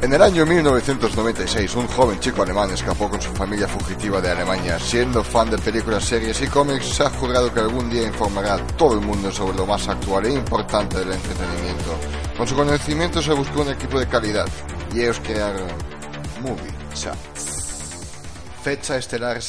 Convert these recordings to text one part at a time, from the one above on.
En el año 1996, un joven chico alemán escapó con su familia fugitiva de Alemania. Siendo fan de películas, series y cómics, se ha jurado que algún día informará a todo el mundo sobre lo más actual e importante del entretenimiento. Con su conocimiento se buscó un equipo de calidad y ellos crearon Movie Chats. Fecha estelar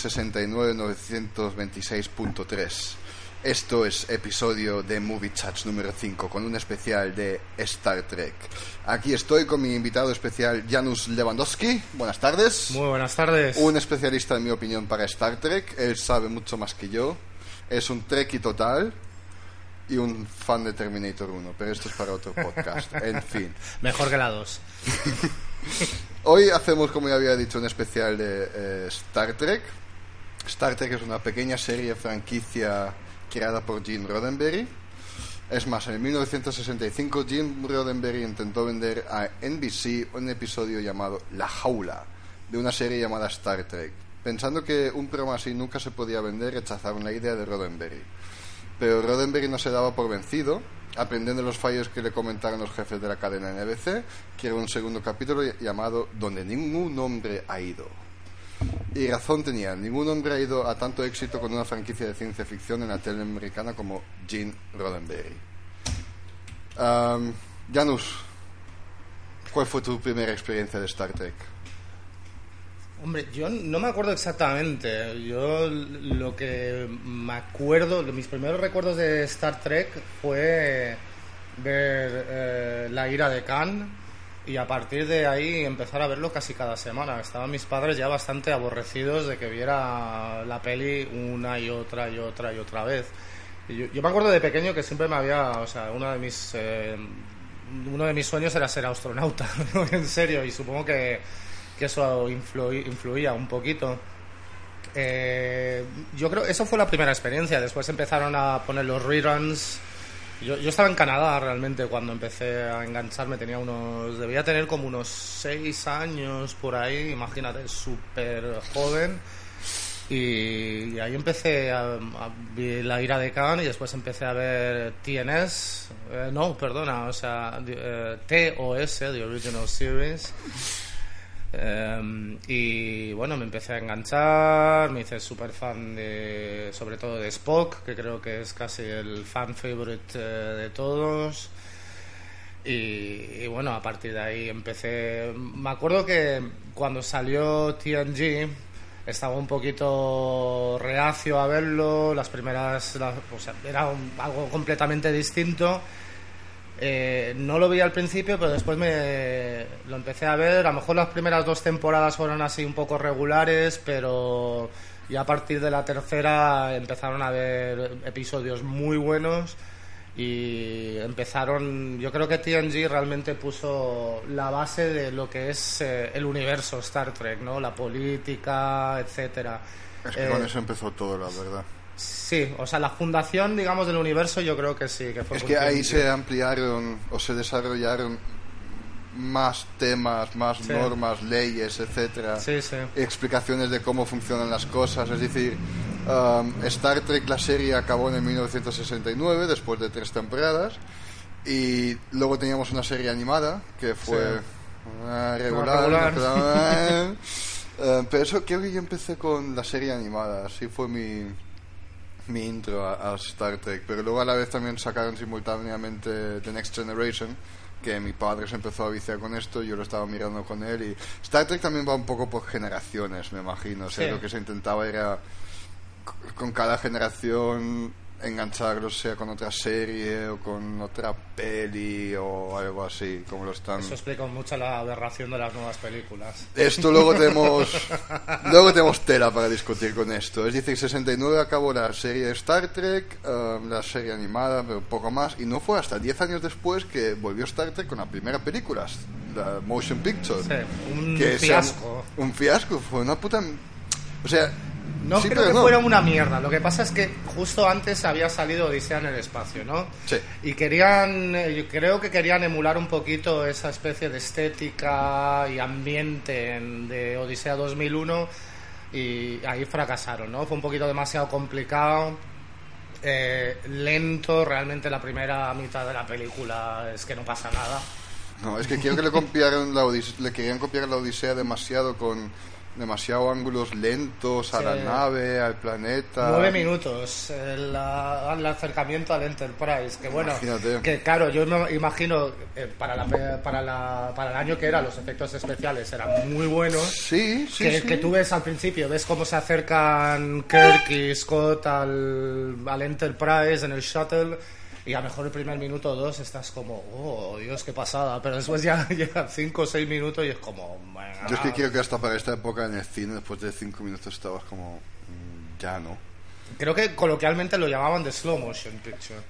69926.3. Esto es episodio de Movie Chats número 5 con un especial de Star Trek. Aquí estoy con mi invitado especial Janusz Lewandowski. Buenas tardes. Muy buenas tardes. Un especialista en mi opinión para Star Trek. Él sabe mucho más que yo. Es un trekkie total y un fan de Terminator 1, pero esto es para otro podcast. En fin. Mejor que la 2. Hoy hacemos, como ya había dicho, un especial de Star Trek. Star Trek es una pequeña serie franquicia creada por Gene Roddenberry. Es más, en 1965 Gene Roddenberry intentó vender a NBC un episodio llamado La Jaula, de una serie llamada Star Trek. Pensando que un programa así nunca se podía vender, rechazaron la idea de Roddenberry. Pero Roddenberry no se daba por vencido, aprendiendo los fallos que le comentaron los jefes de la cadena NBC, creó un segundo capítulo llamado Donde ningún hombre ha ido. Y razón tenía, ningún hombre ha ido a tanto éxito con una franquicia de ciencia ficción en la tele americana como Gene Roddenberry. Janusz, ¿cuál fue tu primera experiencia de Star Trek? Hombre, yo no me acuerdo exactamente. Yo lo que me acuerdo, mis primeros recuerdos de Star Trek fue ver La ira de Khan. Y a partir de ahí empezar a verlo casi cada semana. Estaban mis padres ya bastante aborrecidos de que viera la peli una y otra vez. Y yo me acuerdo de pequeño que siempre me había... O sea, uno de mis sueños era ser astronauta, ¿no? En serio, y supongo que eso influía un poquito. Yo creo eso fue la primera experiencia. Después empezaron a poner los reruns. Yo estaba en Canadá realmente cuando empecé a engancharme, debía tener como unos 6 años por ahí, imagínate, súper joven, y ahí empecé a ver La ira de Khan y después empecé a ver TOS, TOS, The Original Series. Y bueno, me empecé a enganchar, me hice súper fan sobre todo de Spock, que creo que es casi el fan favorite de todos. Y bueno, a partir de ahí me acuerdo que cuando salió TNG estaba un poquito reacio a verlo, era algo completamente distinto. No lo vi al principio, pero después lo empecé a ver. A lo mejor las primeras 2 temporadas fueron así un poco regulares, pero ya a partir de la tercera empezaron a haber episodios muy buenos y yo creo que TNG realmente puso la base de lo que es el universo Star Trek, ¿no? La política, etcétera. Es que con eso empezó todo, la verdad. Sí, o sea, la fundación, digamos, del universo, yo creo que sí. Que fue es que ahí se ampliaron o se desarrollaron más temas, más normas, leyes, etcétera, explicaciones de cómo funcionan las cosas. Es decir, Star Trek, la serie, acabó en el 1969, después de 3 temporadas, y luego teníamos una serie animada que fue regular. Pero eso creo que yo empecé con la serie animada, así fue mi intro a Star Trek, pero luego a la vez también sacaron simultáneamente The Next Generation, que mi padre se empezó a viciar con esto, yo lo estaba mirando con él, y Star Trek también va un poco por generaciones, me imagino. O sea, lo que se intentaba era con cada generación engancharlos, sea con otra serie o con otra peli o algo así, como lo están. Eso explica mucho la aberración de las nuevas películas. Esto luego tenemos tela para discutir con esto. Es decir, 69 acabó la serie de Star Trek, la serie animada, pero poco más, y no fue hasta 10 años después que volvió Star Trek con la primera película, la Motion Picture. Sí, un fiasco. Un fiasco, fue una puta... O sea... No creo que fuera una mierda. Lo que pasa es que justo antes había salido Odisea en el espacio, ¿no? Sí. Y yo creo que querían emular un poquito esa especie de estética y ambiente de Odisea 2001 y ahí fracasaron, ¿no? Fue un poquito demasiado complicado, lento. Realmente la primera mitad de la película es que no pasa nada. No, es que quiero que le querían copiar la Odisea demasiado con demasiado ángulos lentos a la nave, al planeta. 9 minutos el acercamiento al Enterprise, que bueno, imagínate. Que claro, yo me imagino para el año que era, los efectos especiales eran muy buenos. Sí. Que tú ves al principio, ves cómo se acercan Kirk y Scott al Enterprise en el shuttle. Y a lo mejor el primer minuto o dos estás como, oh, Dios, qué pasada. Pero después ya llegan 5 o 6 minutos y es como... Yo es que creo que hasta para esta época en el cine, después de 5 minutos estabas como... ya no. Creo que coloquialmente lo llamaban The Slow Motion Picture.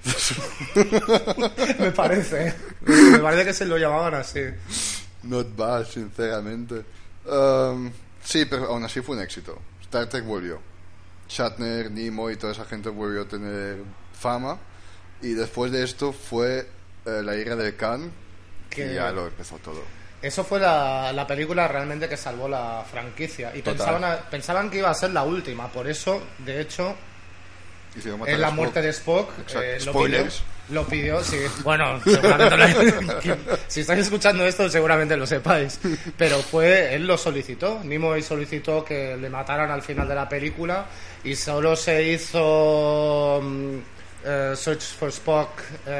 Me parece que se lo llamaban así. Not bad, sinceramente. Sí, pero aún así fue un éxito. Star Trek volvió. Shatner, Nimoy y toda esa gente volvió a tener fama. Y después de esto fue la ira de Khan, que ya lo empezó todo. Eso fue la película realmente que salvó la franquicia. Y pensaban que iba a ser la última. Por eso, de hecho, en la muerte de Spock, lo pidió, sí. Bueno, seguramente si estáis escuchando esto, seguramente lo sepáis. Pero él lo solicitó. Nimoy solicitó que le mataran al final de la película. Y solo se hizo... Search for Spock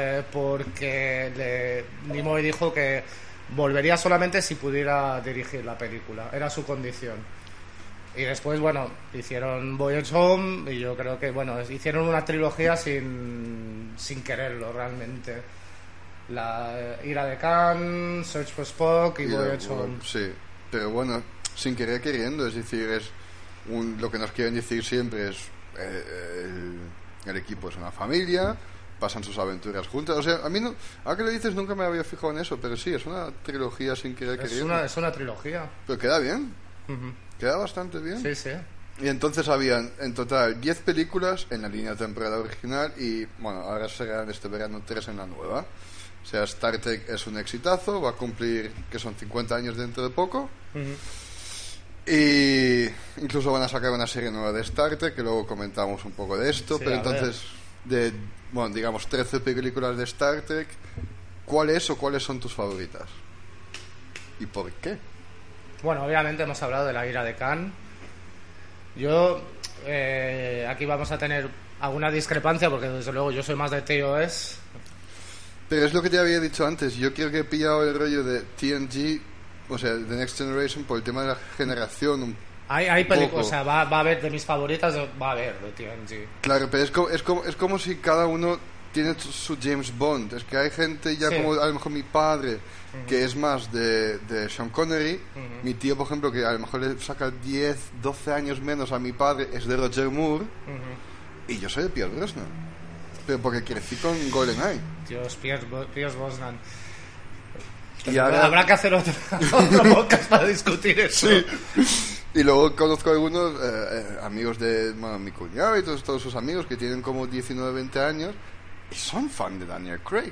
porque Nimoy dijo que volvería solamente si pudiera dirigir la película, era su condición. Y después, bueno, hicieron Voyage Home y yo creo que, bueno, hicieron una trilogía sin quererlo realmente. La ira de Khan, Search for Spock y Voyage Home. Sí, pero bueno, sin querer queriendo, es decir, lo que nos quieren decir siempre es el equipo es una familia, pasan sus aventuras juntas. O sea, a mí, ahora que lo dices, nunca me había fijado en eso, pero sí, es una trilogía sin querer queriendo. Es una trilogía. Pero queda bien. Queda bastante bien. Sí. Y entonces habían, en total, 10 películas en la línea temporal original y, bueno, ahora serán este verano 3 en la nueva. O sea, Star Trek es un exitazo, va a cumplir, que son 50 años dentro de poco. Y incluso van a sacar una serie nueva de Star Trek, que luego comentamos un poco de esto. Sí, pero entonces, digamos 13 películas de Star Trek, ¿cuáles son tus favoritas? ¿Y por qué? Bueno, obviamente hemos hablado de la ira de Khan. Yo, aquí vamos a tener alguna discrepancia, porque desde luego yo soy más de TOS. Pero es lo que te había dicho antes, yo creo que he pillado el rollo de TNG, o sea, The Next Generation, por el tema de la generación. Hay películas, o sea, va a haber de mis favoritas, va a haber de TNG. Claro, pero es como si cada uno tiene su James Bond. Es que hay gente ya como a lo mejor mi padre, que es más de Sean Connery. Mi tío, por ejemplo, que a lo mejor le saca 10, 12 años menos a mi padre, es de Roger Moore. Y yo soy de Pierce Brosnan. Pero porque crecí con GoldenEye. Dios, Pierce Brosnan. Y ahora... Habrá que hacer otro podcast para discutir eso. Sí. Y luego conozco a algunos amigos de mi cuñado y todos sus amigos que tienen como 19, 20 años y son fan de Daniel Craig.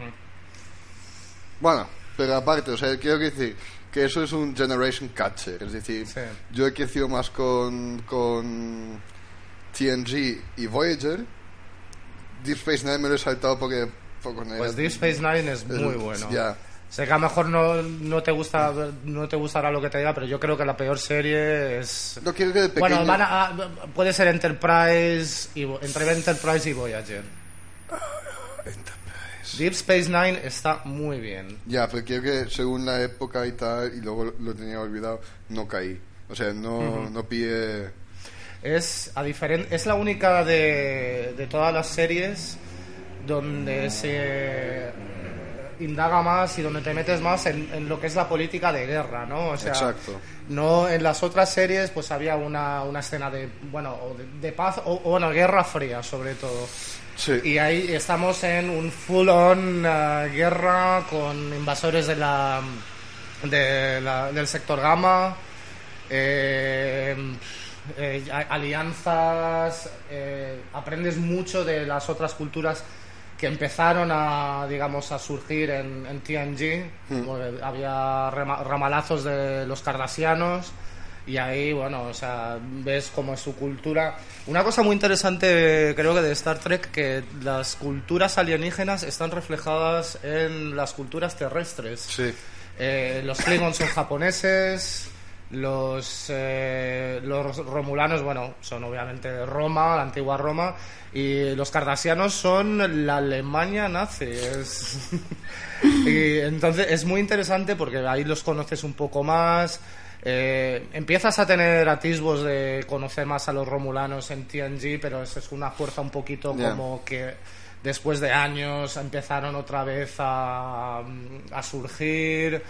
Bueno, pero aparte, o sea, quiero decir que eso es un generation catcher. Es decir, yo he crecido más con TNG y Voyager. Deep Space Nine me lo he saltado porque pues Deep Space Nine es muy bueno. Ya. Sé que a lo mejor no te gustará lo que te diga, pero yo creo que la peor serie es... No quiero que de pequeño... Bueno, puede ser Enterprise entre Enterprise y Voyager. Enterprise. Deep Space Nine está muy bien. Ya, pero quiero que según la época y tal, y luego lo tenía olvidado, no caí. O sea, no pillé... Es la única de todas las series donde se indaga más y donde te metes más en lo que es la política de guerra, ¿no? O sea, exacto. No, en las otras series pues había una escena de paz o guerra fría sobre todo. Sí. Y ahí estamos en un full on guerra con invasores del sector Gamma, alianzas, aprendes mucho de las otras culturas que empezaron a surgir en TNG. Había ramalazos de los Cardassianos Y ahí, bueno, o sea, ves cómo es su cultura. Una cosa muy interesante, creo que de Star Trek, que las culturas alienígenas están reflejadas en las culturas terrestres. Sí. Los Klingons son japoneses, los romulanos, bueno, son obviamente Roma, la antigua Roma, y los cardasianos son la Alemania nazi. Y entonces es muy interesante porque ahí los conoces un poco más. Empiezas a tener atisbos de conocer más a los romulanos en TNG, pero es una fuerza un poquito como que después de años empezaron otra vez a surgir,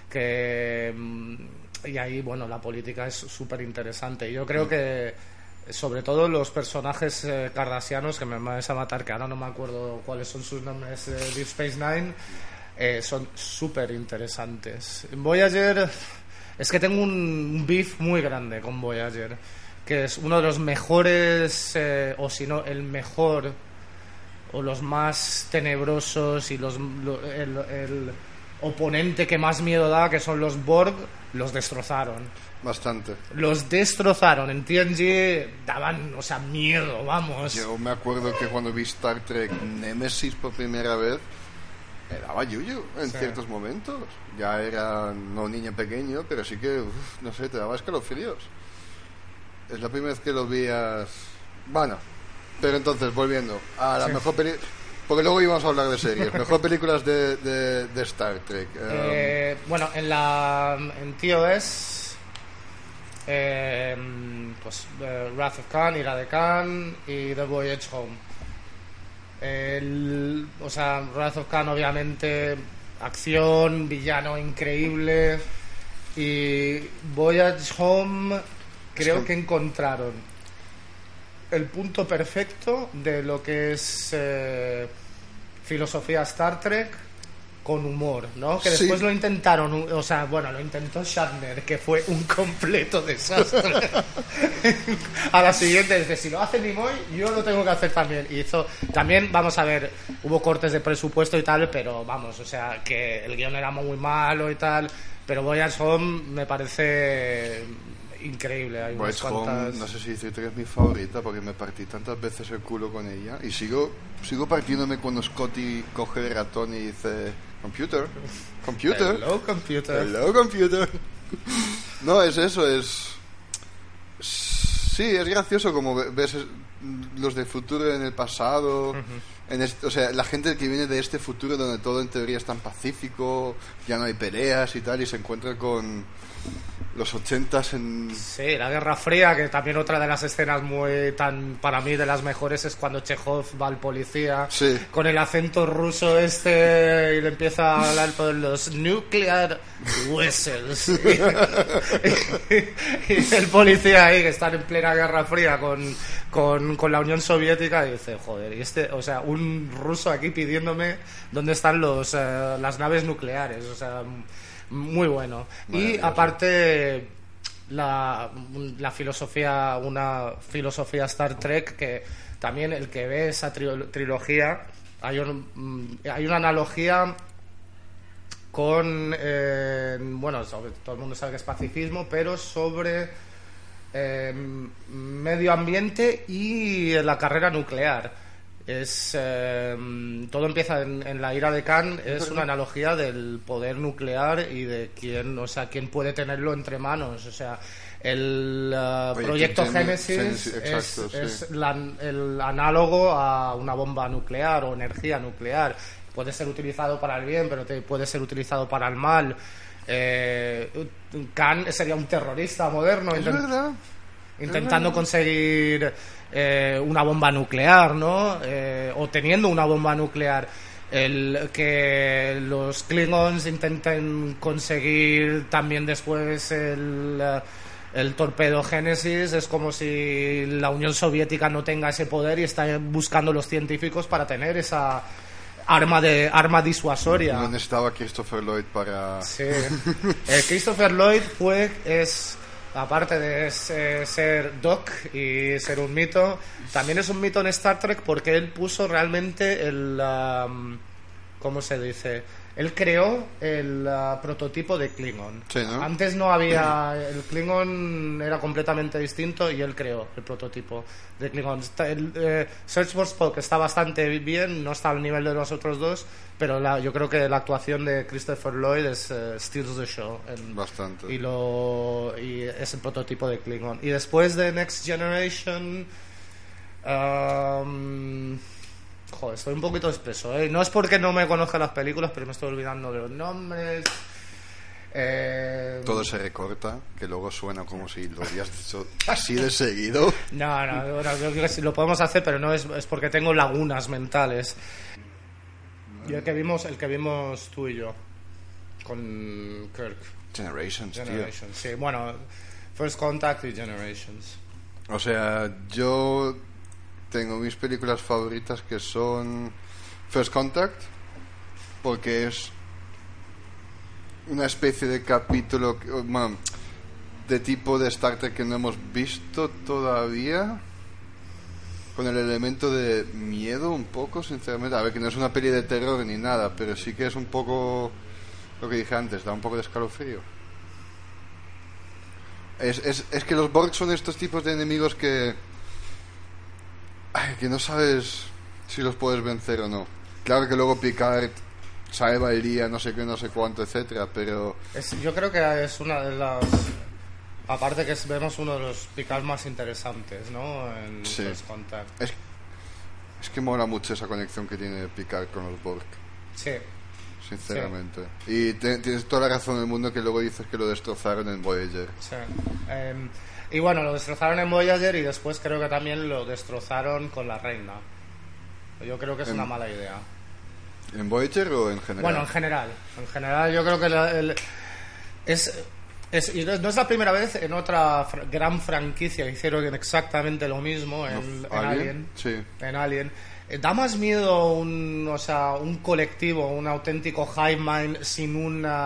y ahí, bueno, la política es súper interesante. Yo creo que sobre todo los personajes cardasianos, que me vais a matar, que ahora no me acuerdo cuáles son sus nombres, Deep Space Nine, son súper interesantes. Voyager, es que tengo un beef muy grande con Voyager, que es uno de los mejores, o si no, el mejor, o los más tenebrosos, y el oponente que más miedo da, que son los Borg, los destrozaron. Bastante. Los destrozaron. En TNG daban, o sea, miedo, vamos. Yo me acuerdo que cuando vi Star Trek Nemesis por primera vez, me daba yuyu en ciertos momentos. Ya era no un niño pequeño, pero sí que, no sé, te daba escalofríos. Es la primera vez que lo veías. Bueno, pero entonces, volviendo a la mejor película, porque luego íbamos a hablar de series. Mejor películas de Star Trek. Bueno, en TOS, pues Wrath of Khan, Ira de Khan y The Voyage Home. O sea, Wrath of Khan, obviamente, acción, villano increíble. Y Voyage Home, creo que encontraron el punto perfecto de lo que es filosofía Star Trek con humor, ¿no? Que después lo intentaron, o sea, bueno, lo intentó Shatner, que fue un completo desastre. A la siguiente dice, si lo hace Nimoy, yo lo tengo que hacer también. Y hizo, también, vamos a ver, hubo cortes de presupuesto y tal, pero vamos, o sea, que el guión era muy malo y tal, pero Voyage Home me parece increíble. Hay unas cuantas... no sé si decirte que es mi favorita, porque me partí tantas veces el culo con ella y sigo partiéndome cuando Scotty coge el ratón y dice computer. Hello computer. No, es eso, sí, es gracioso como ves los del futuro en el pasado. O sea, la gente que viene de este futuro donde todo en teoría es tan pacífico, ya no hay peleas y tal, y se encuentra con los 80s en... Sí, la Guerra Fría, que también otra de las escenas para mí de las mejores es cuando Chekhov va al policía con el acento ruso y le empieza a hablar por los nuclear vessels y el policía ahí, que está en plena Guerra Fría con la Unión Soviética, y dice, joder, y o sea, un ruso aquí pidiéndome dónde están las naves nucleares, o sea, muy bueno. Y aparte una filosofía Star Trek, que también el que ve esa trilogía, hay una analogía con bueno, todo el mundo sabe que es pacifismo, pero sobre medio ambiente y la carrera nuclear. Todo empieza en la Ira de Khan, es una analogía del poder nuclear y de quién puede tenerlo entre manos. O sea, el proyecto Génesis es el análogo a una bomba nuclear o energía nuclear. Puede ser utilizado para el bien, pero puede ser utilizado para el mal. Khan sería un terrorista moderno intentando conseguir una bomba nuclear, ¿no? O teniendo una bomba nuclear. Que los Klingons intenten conseguir también después el torpedo Génesis, es como si la Unión Soviética no tenga ese poder y está buscando los científicos para tener esa arma disuasoria. No necesitaba Christopher Lloyd para... Sí. Christopher Lloyd aparte de ser Doc y ser un mito, también es un mito en Star Trek porque él puso realmente ¿cómo se dice? Él creó el prototipo de Klingon. Sí, ¿no? Antes no había... El Klingon era completamente distinto y él creó el prototipo de Klingon. Search for Spock está bastante bien, no está al nivel de los otros dos, pero yo creo que la actuación de Christopher Lloyd steals the show. Bastante. Y es el prototipo de Klingon. Y después de Next Generation... joder, estoy un poquito espeso, ¿eh? No es porque no me conozca las películas, pero me estoy olvidando de los nombres. Todo se recorta, que luego suena como si lo hubieras dicho así de seguido. No, yo creo que sí lo podemos hacer, pero no es porque tengo lagunas mentales. Y el que vimos tú y yo, con Kirk. Generations, tío. Sí, bueno, First Contact y Generations. O sea, yo tengo mis películas favoritas que son First Contact, porque es una especie de capítulo, bueno, de tipo de Star Trek que no hemos visto todavía, con el elemento de miedo un poco, sinceramente. A ver, que no es una peli de terror ni nada, pero sí que es un poco lo que dije antes, da un poco de escalofrío. Es que los Borg son estos tipos de enemigos que no sabes si los puedes vencer o no. Claro que luego Picard salva el día, no sé qué, no sé cuánto, etcétera, pero yo creo que es una de las... Aparte que vemos uno de los Picard más interesantes, ¿no? En sí. First Contact. Es que mola mucho esa conexión que tiene Picard con los Borg. Sí. Sinceramente. Sí. Y tienes toda la razón del mundo que luego dices que lo destrozaron en Voyager. Sí. Y bueno, lo destrozaron en Voyager y después creo que también lo destrozaron con la Reina. Yo creo que es una mala idea. ¿En Voyager o en general? Bueno, en general. En general yo creo que y no es la primera vez. En otra gran franquicia hicieron exactamente lo mismo en Alien. Sí. En Alien. Da más miedo un colectivo, un auténtico hive mind sin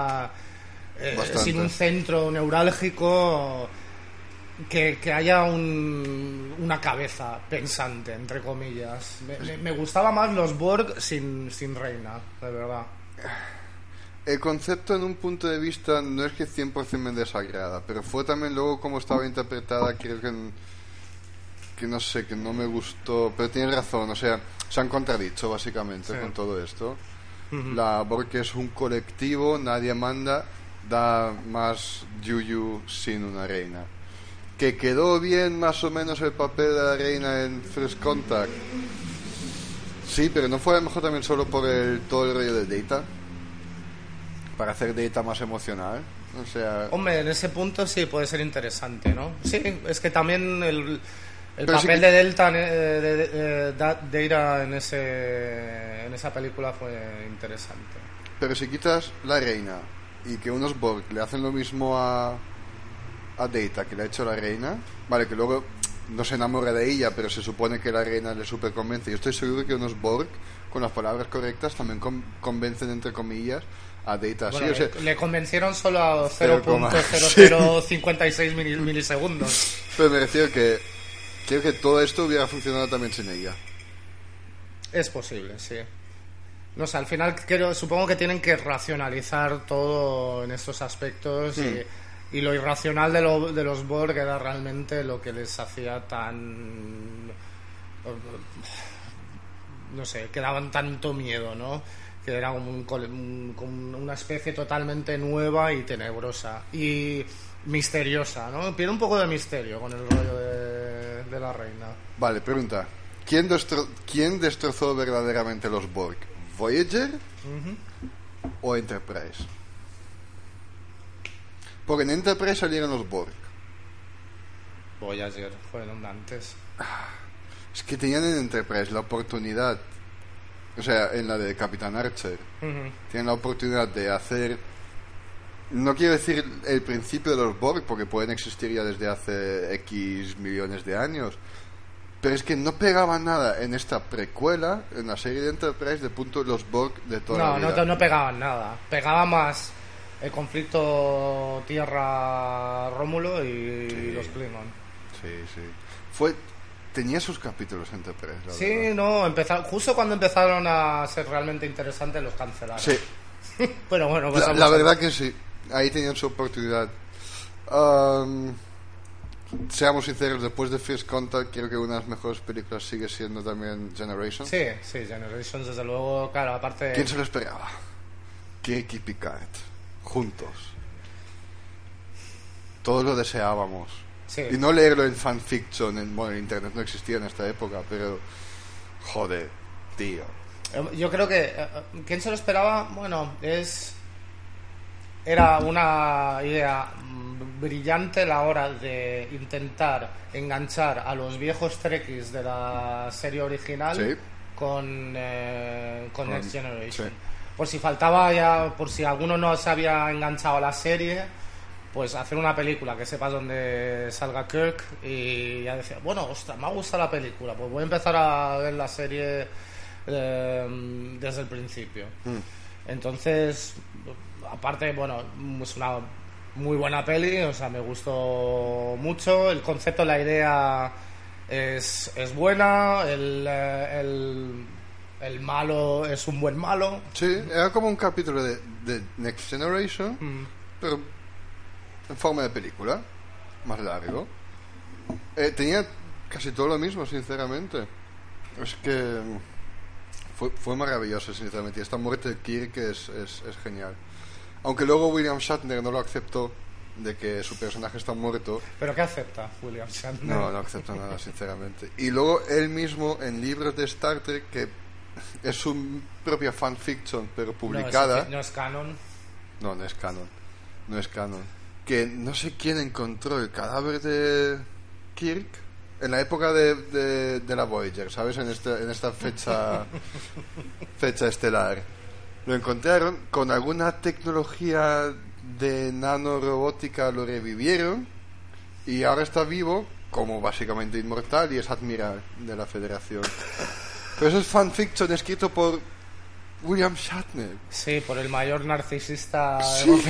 un centro neurálgico, que haya una cabeza pensante, entre comillas. Me gustaba más los Borg sin Reina, de verdad. El concepto, en un punto de vista, no es que 100% me desagrada, pero fue también luego como estaba interpretada, creo que no sé, que no me gustó, pero tienes razón, o sea, se han contradicho básicamente, sí, con todo esto. Uh-huh. La Borg es un colectivo, nadie manda, da más yuyu sin una reina. Que quedó bien más o menos el papel de la reina en First Contact. Sí, pero no fue a lo mejor también solo por todo el rollo de Data, para hacer Data más emocional. O sea, hombre, en ese punto sí puede ser interesante, ¿no? Sí, es que también el papel de Delta Data en esa película fue interesante. Pero si quitas la reina y que unos Borg le hacen lo mismo a Data que le ha hecho la reina, vale, que luego no se enamora de ella, pero se supone que la reina le super convence. Yo estoy seguro que unos Borg, con las palabras correctas, también convencen, entre comillas, a Data. Bueno, sí, o sea, le convencieron solo a 0.0056 milisegundos. Pero me refiero que creo que todo esto hubiera funcionado también sin ella. Es posible, sí. No sé, al final supongo que tienen que racionalizar todo en estos aspectos. Y lo irracional de los Borg era realmente lo que les hacía tan... no sé, que daban tanto miedo, ¿no? Que era una especie totalmente nueva y tenebrosa y misteriosa, ¿no? Pierde un poco de misterio con el rollo de la reina. Vale, pregunta. ¿Quién destrozó verdaderamente los Borg? ¿Voyager o Enterprise? Porque en Enterprise salieron los Borg. Voyager, fueron antes. Es que tenían en Enterprise la oportunidad, o sea, en la de Capitán Archer, tienen la oportunidad de hacer, no quiero decir el principio de los Borg, porque pueden existir ya desde hace X millones de años, pero es que no pegaban nada en esta precuela, en la serie de Enterprise, de punto los Borg de toda la vida. No pegaban nada, pegaba más el conflicto Tierra-Rómulo y sí, los Klingon. Sí. Tenía sus capítulos Enterprise, la sí, verdad. No, justo cuando empezaron a ser realmente interesantes los cancelaron. Sí. Pero bueno, la verdad que sí. Ahí tenían su oportunidad. Seamos sinceros, después de First Contact, creo que una de las mejores películas sigue siendo también Generations. Sí, Generations, desde luego, claro, aparte... ¿Quién se lo esperaba? Kirk y Picard, juntos. Todos lo deseábamos. Sí. Y no leerlo en fanfiction, bueno, en internet no existía en esta época, pero... Joder, tío. Yo creo que... ¿Quién se lo esperaba? Bueno, era una idea brillante la hora de intentar enganchar a los viejos Trekkies de la serie original Sí. con Next Generation. Sí. Por si alguno no se había enganchado a la serie, pues hacer una película que sepas dónde salga Kirk, y ya decía, bueno, ostras, me ha gustado la película, pues voy a empezar a ver la serie desde el principio. Entonces, aparte, bueno, es una muy buena peli, o sea, me gustó mucho. El concepto, la idea es buena. El malo es un buen malo. Sí, era como un capítulo de Next Generation, pero en forma de película, más largo. Tenía casi todo lo mismo, sinceramente. Es que fue maravilloso, sinceramente. Y esta muerte de Kirk es genial. Aunque luego William Shatner no lo aceptó, de que su personaje está muerto. ¿Pero qué acepta William Shatner? No acepta nada, sinceramente. Y luego él mismo, en libros de Star Trek, que es su propia fanfiction, pero publicada... No es canon. No es canon. No es canon. Que no sé quién encontró el cadáver de Kirk en la época de la Voyager, ¿sabes? En esta fecha estelar. Lo encontraron con alguna tecnología de nanorobótica, lo revivieron y ahora está vivo como básicamente inmortal y es admiral de la Federación. Pero eso es fanfiction escrito por William Shatner. Sí, por el mayor narcisista Sí.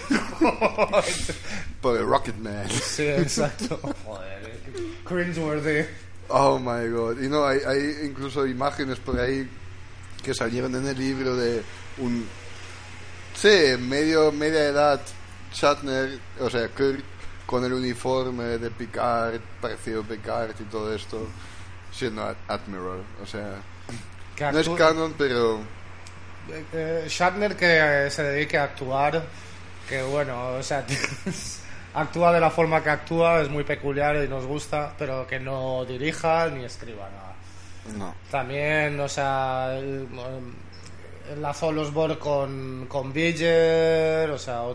Por el Rocketman. Sí, exacto. Joder, cringeworthy. Oh my god. Y no, hay incluso imágenes por ahí que salieron en el libro de un... Sí, media edad Shatner, o sea, Kirk, con el uniforme de Picard, parecido a Picard y todo esto, siendo Admiral. O sea, no es canon, pero... Shatner que se dedique a actuar, que bueno, o sea, actúa de la forma que actúa, es muy peculiar y nos gusta, pero que no dirija ni escriba nada. No. También, o sea, enlazó los Borg con Bidger, o sea,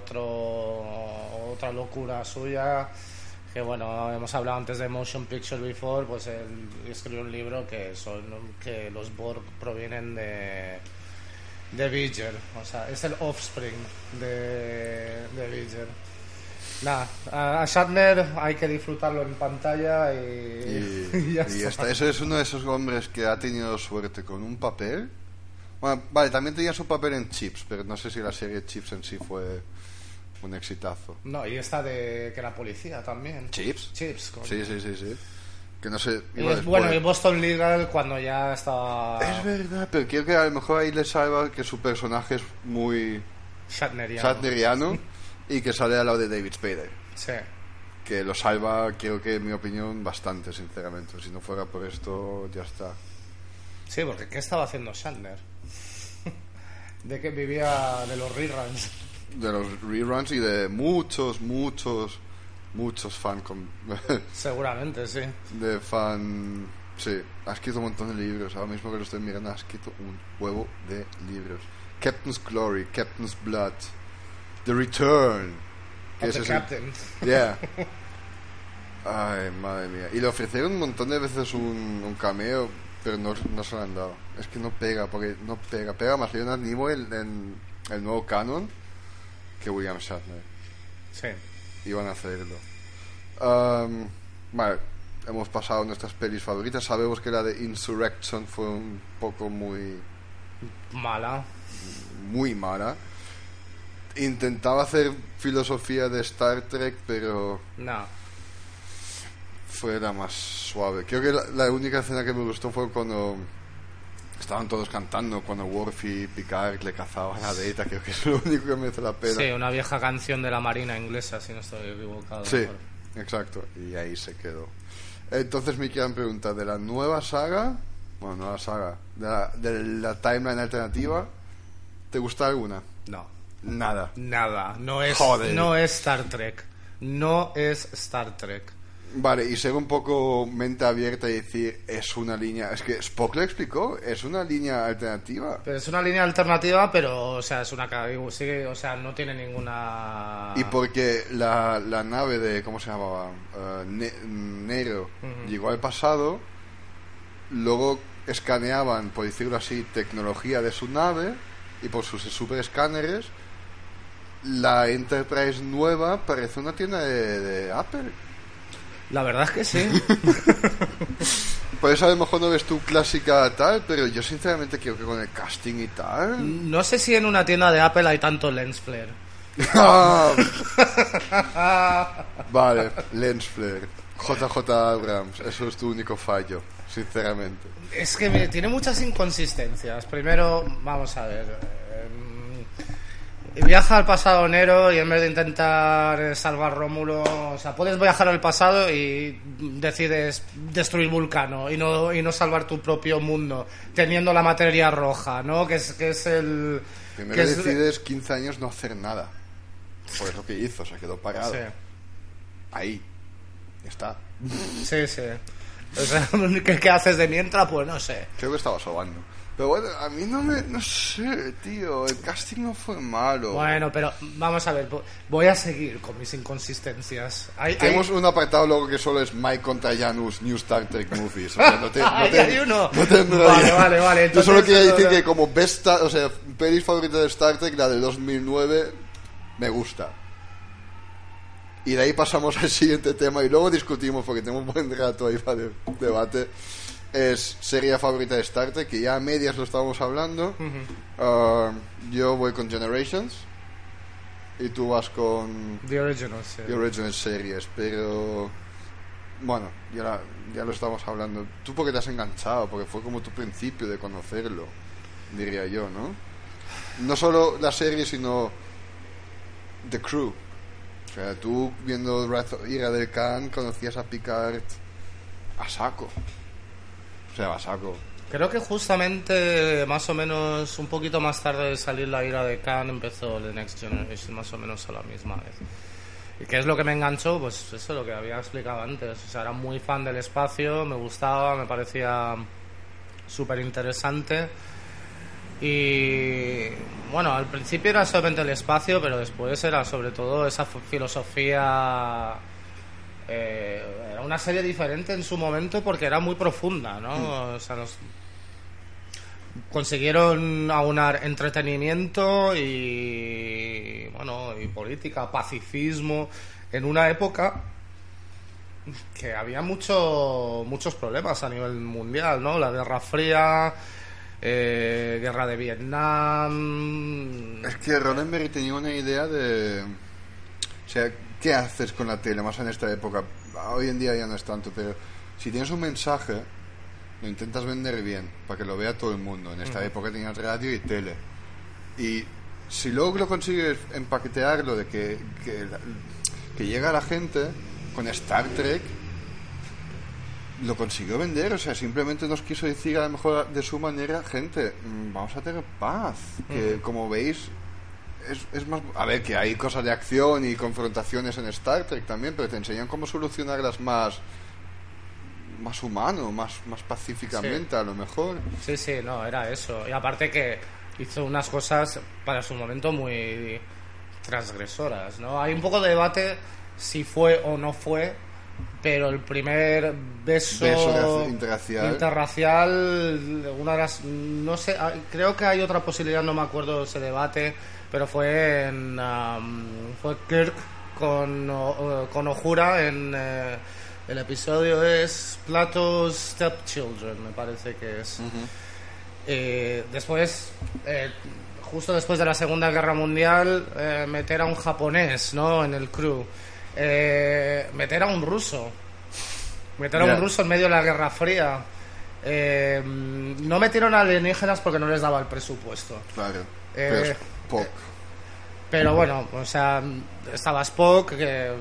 otra locura suya. Que bueno, hemos hablado antes de Motion Picture Before, pues él escribió un libro que los Borg provienen de Bidger, o sea, es el offspring de Bidger. Nada, a Shatner hay que disfrutarlo en pantalla y ya está. Ese es uno de esos hombres que ha tenido suerte con un papel. Bueno, vale, también tenía su papel en Chips, pero no sé si la serie Chips en sí fue un exitazo. No, y esta que era policía también. ¿Chips? Chips, coño. Sí. Que no sé. Y bueno, y Boston Legal cuando ya estaba... Es verdad, pero creo que a lo mejor ahí le salva que su personaje es muy Shatneriano y que sale al lado de David Spader. Sí. Que lo salva, creo que en mi opinión, bastante, sinceramente. Si no fuera por esto, ya está. Sí, porque ¿qué estaba haciendo Shatner? De que vivía de los reruns. De los reruns y de muchos fan Seguramente, sí. de fan. Sí, ha escrito un montón de libros. Ahora mismo que lo estoy mirando, ha escrito un huevo de libros. Captain's Glory, Captain's Blood, The Return, Of the Captain. Yeah. Ay, madre mía. Y le ofrecieron un montón de veces un cameo, pero no se lo han dado. Es que no pega, porque no pega. Pega más Leonard Nimoy en el nuevo canon que William Shatner. Sí. Iban a hacerlo. Vale, hemos pasado nuestras pelis favoritas. Sabemos que la de Insurrection fue un poco muy mala. Intentaba hacer filosofía de Star Trek, pero no, fue la más suave. Creo que la única escena que me gustó fue cuando estaban todos cantando cuando Worf y Picard le cazaban a Data, creo que es lo único que merece la pena. Sí, una vieja canción de la Marina inglesa, si no estoy equivocado. Sí, exacto, y ahí se quedó. Entonces me quedan preguntas de la nueva saga, de la timeline alternativa, ¿te gusta alguna? No. Nada. No es Star Trek. No es Star Trek. Vale, y ser un poco mente abierta y decir, es una línea... Es que Spock lo explicó, es una línea alternativa. Pero es una línea alternativa, pero, o sea, es una... Sí, o sea, no tiene ninguna... Y porque la nave de... ¿Cómo se llamaba? Nero llegó al pasado, luego escaneaban, por decirlo así, tecnología de su nave, y por sus super escáneres, la Enterprise nueva parece una tienda de Apple. La verdad es que sí. Por eso a lo mejor no ves tu clásica tal, pero yo sinceramente creo que con el casting y tal... No sé si en una tienda de Apple hay tanto lens flare. Vale, lens flare. JJ Abrams, eso es tu único fallo, sinceramente. Es que tiene muchas inconsistencias. Primero, vamos a ver... Viaja al pasado Nero y en vez de intentar salvar Rómulo, o sea, puedes viajar al pasado y decides destruir Vulcano y no salvar tu propio mundo teniendo la materia roja, ¿no? Que es el... Primero decides 15 años no hacer nada. Pues lo que hizo, se quedó parado. Sí. Ahí. Ya está. Sí. O sea, ¿qué haces de mientras? Pues no sé. Creo que estaba sobando. Pero bueno, a mí no sé, tío, el casting no fue malo. Bueno, pero vamos a ver, voy a seguir con mis inconsistencias. Tenemos un apartado luego que solo es Mike contra Janus, New Star Trek Movies. O sea, hay uno. Vale. Entonces, yo solo quería decir que como pelis favorita de Star Trek, la del 2009, me gusta. Y de ahí pasamos al siguiente tema y luego discutimos, porque tenemos un buen rato ahí para debate. Es serie favorita de Star Trek, que ya a medias lo estábamos hablando. Yo voy con Generations y tú vas con The Original Series, pero bueno, ya lo estamos hablando. Tú porque te has enganchado, porque fue como tu principio de conocerlo, diría yo, ¿no? No solo la serie, sino The Crew. O sea, tú viendo Ira del Khan conocías a Picard a saco. A saco. Creo que justamente más o menos un poquito más tarde de salir la ira de Khan empezó The Next Generation, más o menos a la misma vez. ¿Y qué es lo que me enganchó? Pues eso es lo que había explicado antes. O sea, era muy fan del espacio, me gustaba, me parecía súper interesante. Y bueno, al principio era solamente el espacio, pero después era sobre todo esa filosofía... era una serie diferente en su momento porque era muy profunda, ¿no? O sea, consiguieron aunar entretenimiento y política, pacifismo en una época que había muchos problemas a nivel mundial, ¿no? La Guerra Fría, Guerra de Vietnam. Es que Roddenberry tenía una idea de... O sea, ¿qué haces con la tele? Más en esta época. Hoy en día ya no es tanto, pero si tienes un mensaje, lo intentas vender bien, para que lo vea todo el mundo. En esta época tenías radio y tele. Y si luego lo consigues empaquetearlo de que llega a la gente, con Star Trek lo consiguió vender. O sea, simplemente nos quiso decir a lo mejor de su manera, gente, vamos a tener paz. Que como veis... Es más, a ver, que hay cosas de acción y confrontaciones en Star Trek también, pero te enseñan cómo solucionarlas más humano, más pacíficamente, a lo mejor. Sí, no, era eso. Y aparte que hizo unas cosas para su momento muy transgresoras, ¿no? Hay un poco de debate si fue o no fue, pero el primer beso interracial, una de las, no sé, creo que hay otra posibilidad, no me acuerdo ese debate, pero fue fue Kirk con Uhura en el episodio es Plato's Stepchildren, me parece que es. Después, justo después de la Segunda Guerra Mundial, meter a un japonés, ¿no?, en el crew. Meter a un ruso en medio de la Guerra Fría. No metieron alienígenas porque no les daba el presupuesto. Claro. Pero Spock. Pero bueno, o sea, estaba Spock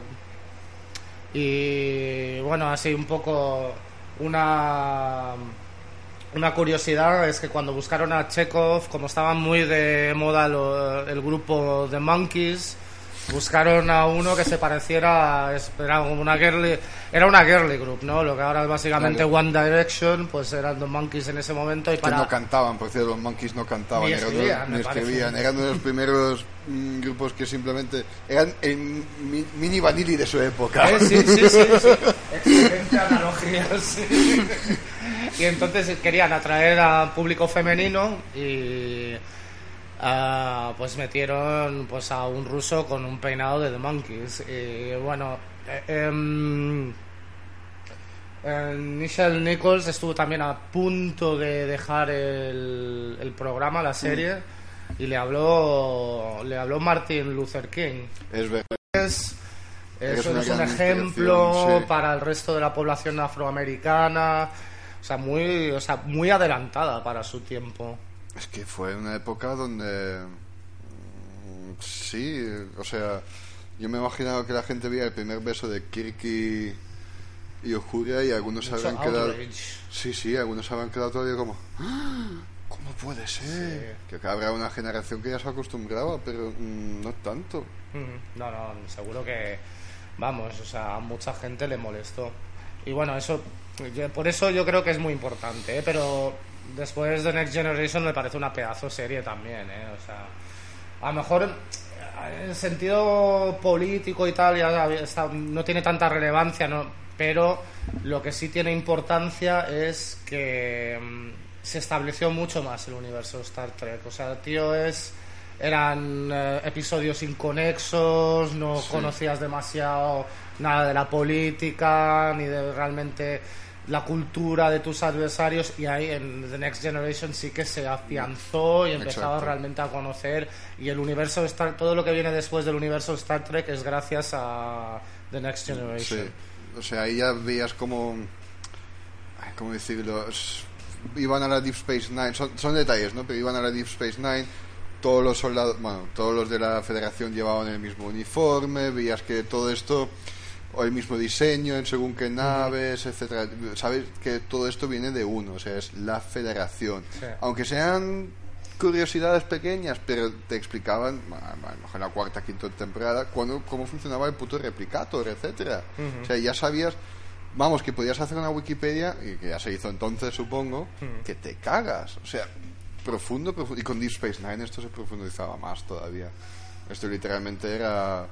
y bueno, así un poco una curiosidad es que cuando buscaron a Chekhov, como estaba muy de moda el grupo The Monkees, buscaron a uno que se pareciera, era una girly group, ¿no? Lo que ahora es básicamente Claro. One Direction, pues eran The Monkees en ese momento y Que no cantaban, por cierto, los Monkees no cantaban, Ni eran escribían, ni me parece. escribían, eran uno de los primeros grupos que simplemente eran el mini Vanilli de su época. Sí. Excelente analogía, sí. Y entonces querían atraer a público femenino y pues metieron pues a un ruso con un peinado de The Monkees. Y bueno, Nichelle Nichols estuvo también a punto de dejar el programa, la serie, y le habló Martin Luther King. Es verdad. Eso Es es una un gran ejemplo inspiración, sí. para el resto de la población afroamericana, muy adelantada para su tiempo. Es que fue una época donde sí, o sea, yo me imaginaba que la gente veía el primer beso de Kirk y Uhura y algunos se Mucho habían quedado. outrage. Sí, algunos se habían quedado todavía como "¡Ah! ¿Cómo puede ser? Que habrá una generación que ya se acostumbraba, pero no tanto. No, seguro que, vamos, o sea, a mucha gente le molestó. Y bueno, por eso yo creo que es muy importante, ¿eh? Pero después de Next Generation me parece una pedazo serie también, ¿eh? O sea, a lo mejor en sentido político y tal no tiene tanta relevancia, ¿no? Pero lo que sí tiene importancia es que se estableció mucho más el universo Star Trek. O sea, tío, eran episodios inconexos, no conocías demasiado nada de la política ni de realmente la cultura de tus adversarios, y ahí en The Next Generation sí que se afianzó y empezaba Exacto. realmente a conocer, y el universo todo lo que viene después del universo Star Trek es gracias a The Next Generation. Sí. O sea, ahí ya veías cómo decirlo, iban a la Deep Space Nine, son detalles, ¿no? Pero iban a la Deep Space Nine, todos los soldados, bueno, todos los de la Federación llevaban el mismo uniforme, veías que todo esto, o el mismo diseño en según qué naves, etcétera. Sabes que todo esto viene de uno, o sea, es la Federación. Sí. Aunque sean curiosidades pequeñas, pero te explicaban, a lo mejor en la cuarta, quinta temporada, cómo funcionaba el puto replicator, etcétera. O sea, ya sabías, vamos, que podías hacer una Wikipedia, y que ya se hizo entonces, supongo, que te cagas. O sea, profundo, y con Deep Space Nine esto se profundizaba más todavía. Esto literalmente era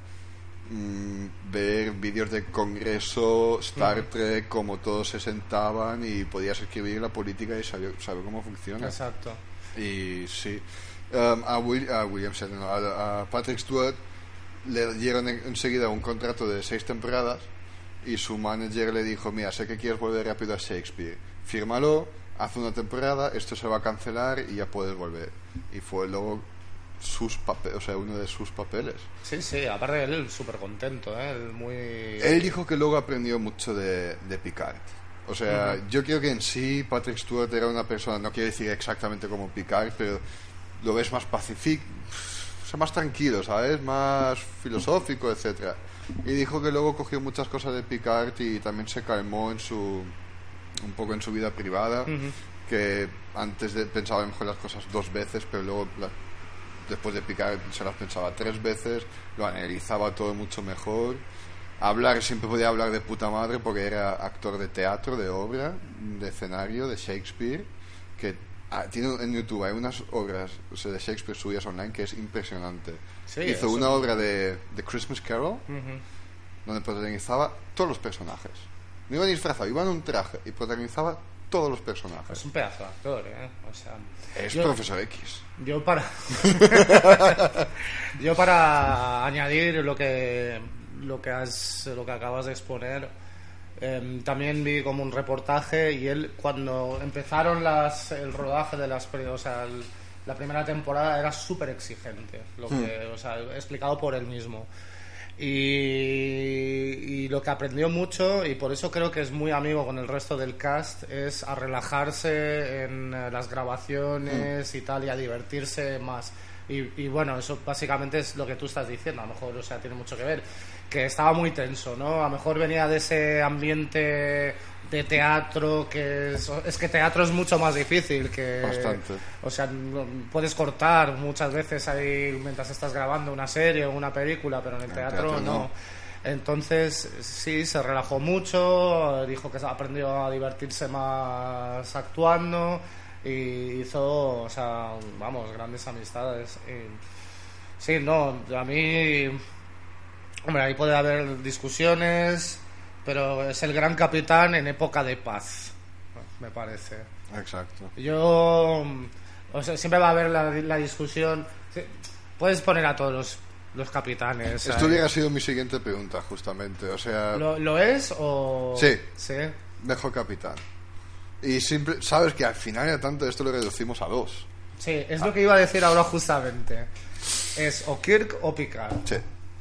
ver vídeos de Congreso, Star Trek, como todos se sentaban y podías escribir la política y saber cómo funciona. Exacto. Y sí, a William Shatner, no, a Patrick Stewart le dieron enseguida un contrato de 6 temporadas y su manager le dijo: mira, sé que quieres volver rápido a Shakespeare, fírmalo, haz una temporada, esto se va a cancelar y ya puedes volver. Y fue luego uno de sus papeles. Sí, aparte él súper contento, ¿eh? Él dijo que luego aprendió mucho de Picard. O sea, yo creo que en sí Patrick Stewart era una persona, no quiero decir exactamente como Picard, pero lo ves más pacífico, o sea, más tranquilo, ¿sabes? Más filosófico, etcétera. Y dijo que luego cogió muchas cosas de Picard y también se calmó un poco en su vida privada, que antes pensaba mejor las cosas 2 veces, pero luego después de Picard se las pensaba 3 veces, lo analizaba todo mucho mejor. Siempre podía hablar de puta madre porque era actor de teatro, de obra, de escenario, de Shakespeare, que tiene en YouTube hay unas obras, o sea, de Shakespeare subidas online que es impresionante. Sí, Hizo una obra de Christmas Carol donde protagonizaba todos los personajes. No iba disfrazado, iba en un traje y protagonizaba todos los personajes. Es un pedazo de actor, ¿eh? O sea, Es Profesor X. Yo para añadir lo que acabas de exponer, también vi como un reportaje, y él, cuando empezaron el rodaje de la primera temporada, era súper exigente, explicado por él mismo. Y lo que aprendió mucho, y por eso creo que es muy amigo con el resto del cast, es a relajarse en las grabaciones y tal, y a divertirse más. Y bueno, eso básicamente es lo que tú estás diciendo, a lo mejor, o sea, tiene mucho que ver, que estaba muy tenso, ¿no? A lo mejor venía de ese ambiente de teatro, que es que teatro es mucho más difícil que... Bastante. O sea, puedes cortar muchas veces ahí mientras estás grabando una serie o una película, pero en el teatro no. Entonces, sí, se relajó mucho, dijo que aprendió a divertirse más actuando y hizo, o sea, vamos, grandes amistades. Y, sí, no, a mí... Hombre, ahí puede haber discusiones, pero es el gran capitán en época de paz, me parece. Exacto. Yo... O sea, siempre va a haber la discusión. Puedes poner a todos los capitanes. Esto hubiera sido mi siguiente pregunta, justamente. O sea... ¿Lo es o...? Sí. Sí. Mejor capitán. Y sabes que al final de tanto esto lo reducimos a 2. Sí, es lo que iba a decir ahora justamente. Es o Kirk o Picard. Sí.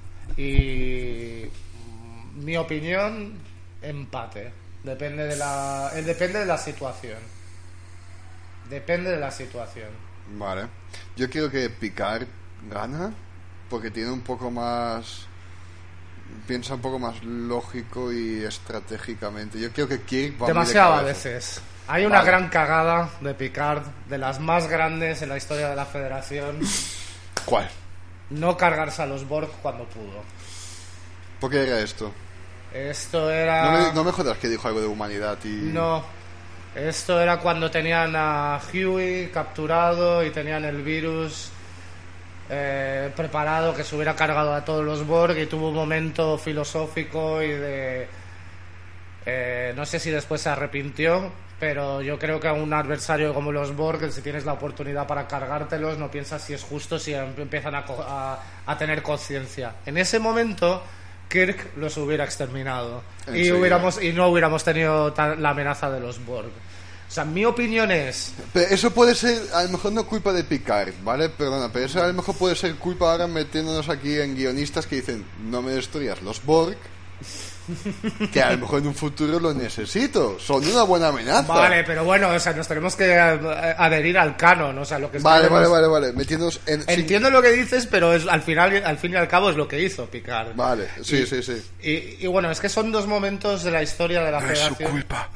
Y mi opinión, empate. Depende de la situación. Depende de la situación. Vale. Yo creo que Picard gana porque tiene un poco más... Piensa un poco más lógico y estratégicamente. Yo creo que Kirk va demasiado muy a de cabeza. veces. Hay una gran cagada de Picard, de las más grandes en la historia de la Federación. ¿Cuál? No cargarse a los Borg cuando pudo. ¿Por qué era esto? Esto era... No me jodas que dijo algo de humanidad y... No. Esto era cuando tenían a Huey capturado y tenían el virus preparado, que se hubiera cargado a todos los Borg, y tuvo un momento filosófico y de... no sé si después se arrepintió, pero yo creo que a un adversario como los Borg, si tienes la oportunidad para cargártelos, no piensas si es justo, si empiezan a tener conciencia. En ese momento Kirk los hubiera exterminado y no hubiéramos tenido la amenaza de los Borg. O sea, mi opinión es... Pero eso puede ser, a lo mejor no culpa de Picard, ¿vale? Perdona, pero eso a lo mejor puede ser culpa ahora metiéndonos aquí en guionistas que dicen, no me destruyas los Borg, que a lo mejor en un futuro lo necesito, son una buena amenaza. Vale, pero bueno, o sea, nos tenemos que adherir al canon, o sea, lo que vale, metiéndonos en... Entiendo lo que dices, pero al fin y al cabo es lo que hizo Picard. Vale, sí. Y bueno, es que son dos momentos de la historia de la Federación. Es su culpa.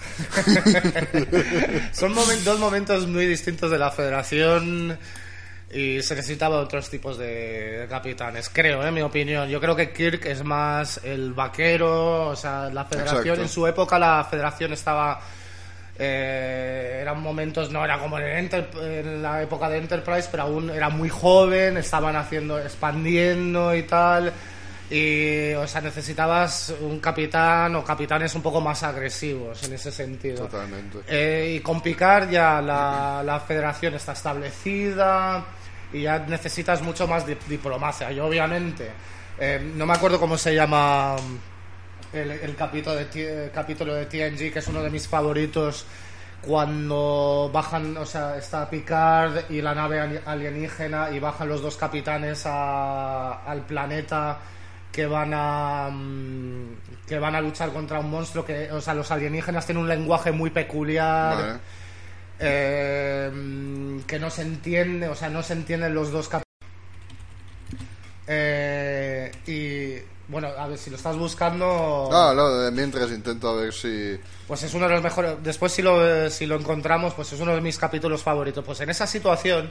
Son dos momentos muy distintos de la Federación. Y se necesitaba otros tipos de capitanes, creo, en mi opinión. Yo creo que Kirk es más el vaquero, o sea, la Federación... Exacto. En su época la Federación estaba... eran momentos, no era como en la época de Enterprise, pero aún era muy joven, estaban expandiendo y tal... Y, o sea, necesitabas un capitán o capitanes un poco más agresivos en ese sentido. Totalmente. Y con Picard ya la Federación está establecida y ya necesitas mucho más diplomacia. Y obviamente, no me acuerdo cómo se llama el capítulo de TNG, que es uno de mis favoritos, cuando bajan, o sea, está Picard y la nave alienígena y bajan los dos capitanes al planeta que van a luchar contra un monstruo que, o sea, los alienígenas tienen un lenguaje muy peculiar. Vale. Que no se entiende, o sea, no se entienden los dos y bueno, a ver si lo estás buscando. No, mientras intento a ver si... Pues es uno de los mejores. Después si lo encontramos, pues es uno de mis capítulos favoritos. Pues en esa situación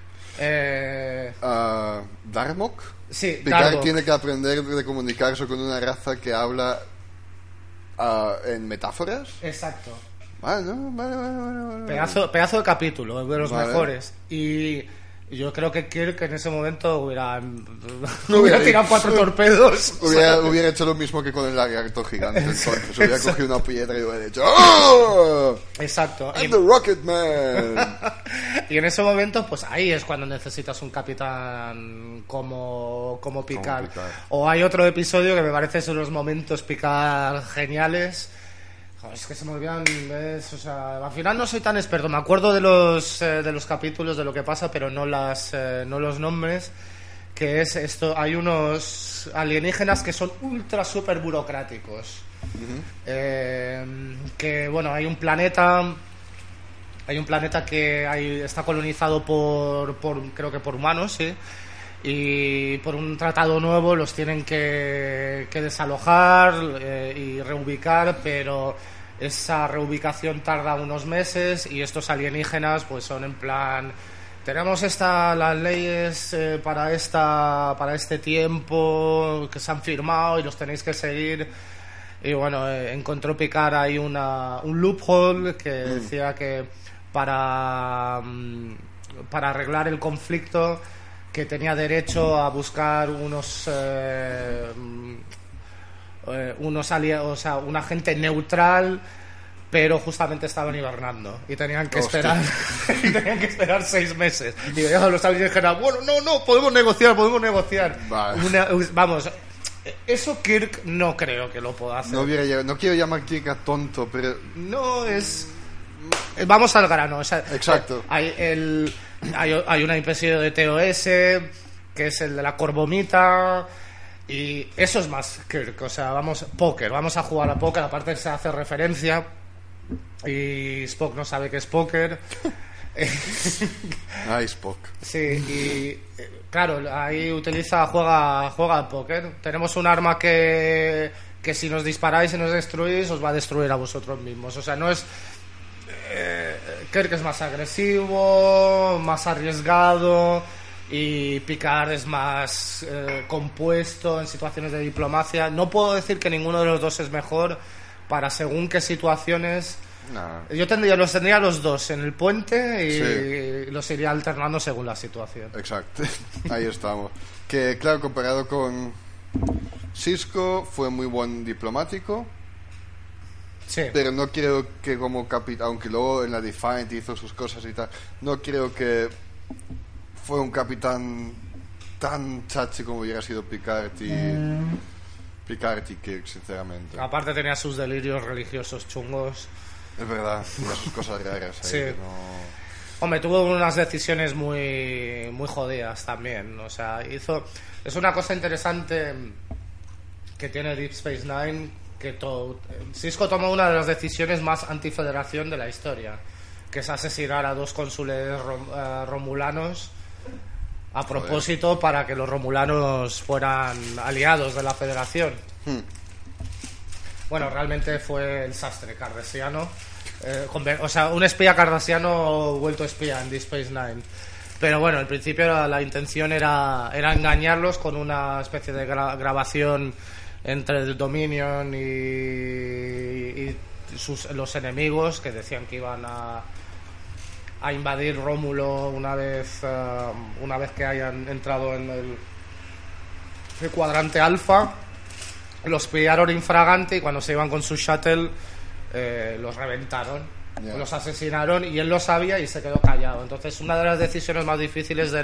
Darmok. Sí, Picard Darmok tiene que aprender de comunicarse con una raza que habla en metáforas. Exacto. Vale. Pedazo de capítulo, de los mejores. Y yo creo que Kirk en ese momento hubiera tirado 4 torpedos. Hubiera hecho lo mismo que con el lagarto gigante. Entonces hubiera cogido una piedra y hubiera dicho ¡oh! Exacto. I'm the Rocket Man. Y en ese momento, pues ahí es cuando necesitas un capitán como Picard. O hay otro episodio que me parece son los momentos Picard geniales. Es que se me olvidan, ¿ves? O sea, al final no soy tan experto. Me acuerdo de los capítulos, de lo que pasa, pero no los nombres. que es esto, hay unos alienígenas que son ultra super burocráticos. Que bueno, hay un planeta que está colonizado por creo que por humanos, sí, y por un tratado nuevo los tienen que desalojar y reubicar, pero esa reubicación tarda unos meses y estos alienígenas pues son en plan: tenemos las leyes para este tiempo que se han firmado y los tenéis que seguir. Y bueno, encontró Picard ahí un loophole que decía que para arreglar el conflicto, que tenía derecho a buscar un agente neutral, pero justamente estaban hibernando y tenían que esperar 6 meses. Y yo, los alienígenas, bueno, no, podemos negociar. Vale. Vamos, eso Kirk no creo que lo pueda hacer. No quiero llamar Kirk a tonto, pero... No es... Vamos al grano. O sea, exacto. Hay una especie de TOS, que es el de la corbomita, y eso es más Kirk. O sea, vamos a jugar a póker. Aparte se hace referencia y Spock no sabe qué es póker. Spock. Sí, y claro, ahí juega al póker. Tenemos un arma que si nos disparáis y nos destruís, os va a destruir a vosotros mismos. O sea, no es... Kirk es más agresivo, más arriesgado, y Picard es más compuesto en situaciones de diplomacia. No puedo decir que ninguno de los dos es mejor para según qué situaciones. No. Yo los tendría los dos en el puente y los iría alternando según la situación. Exacto, ahí estamos. Que claro, comparado con Sisko, fue muy buen diplomático. Sí. Pero no creo que como capitán, aunque luego en la Defiant hizo sus cosas y tal, no creo que fue un capitán tan chachi como hubiera sido Picard y Kirk, sinceramente. Aparte tenía sus delirios religiosos chungos. Es verdad, tenía sus cosas raras ahí. Sí. Que no... Hombre, tuvo unas decisiones muy, muy jodidas también. O sea, es una cosa interesante que tiene Deep Space Nine, que Sisko tomó una de las decisiones más antifederación de la historia, que es asesinar a 2 cónsules romulanos a propósito, para que los romulanos fueran aliados de la Federación. Bueno, realmente fue el sastre cardassiano, o sea, un espía cardassiano vuelto espía en Deep Space Nine. Pero bueno, al principio la intención era engañarlos con una especie de grabación entre el Dominion y los enemigos, que decían que iban a invadir Rómulo una vez que hayan entrado en el cuadrante alfa. Los pillaron infragante y cuando se iban con su shuttle los reventaron, los asesinaron, y él lo sabía y se quedó callado. Entonces, una de las decisiones más difíciles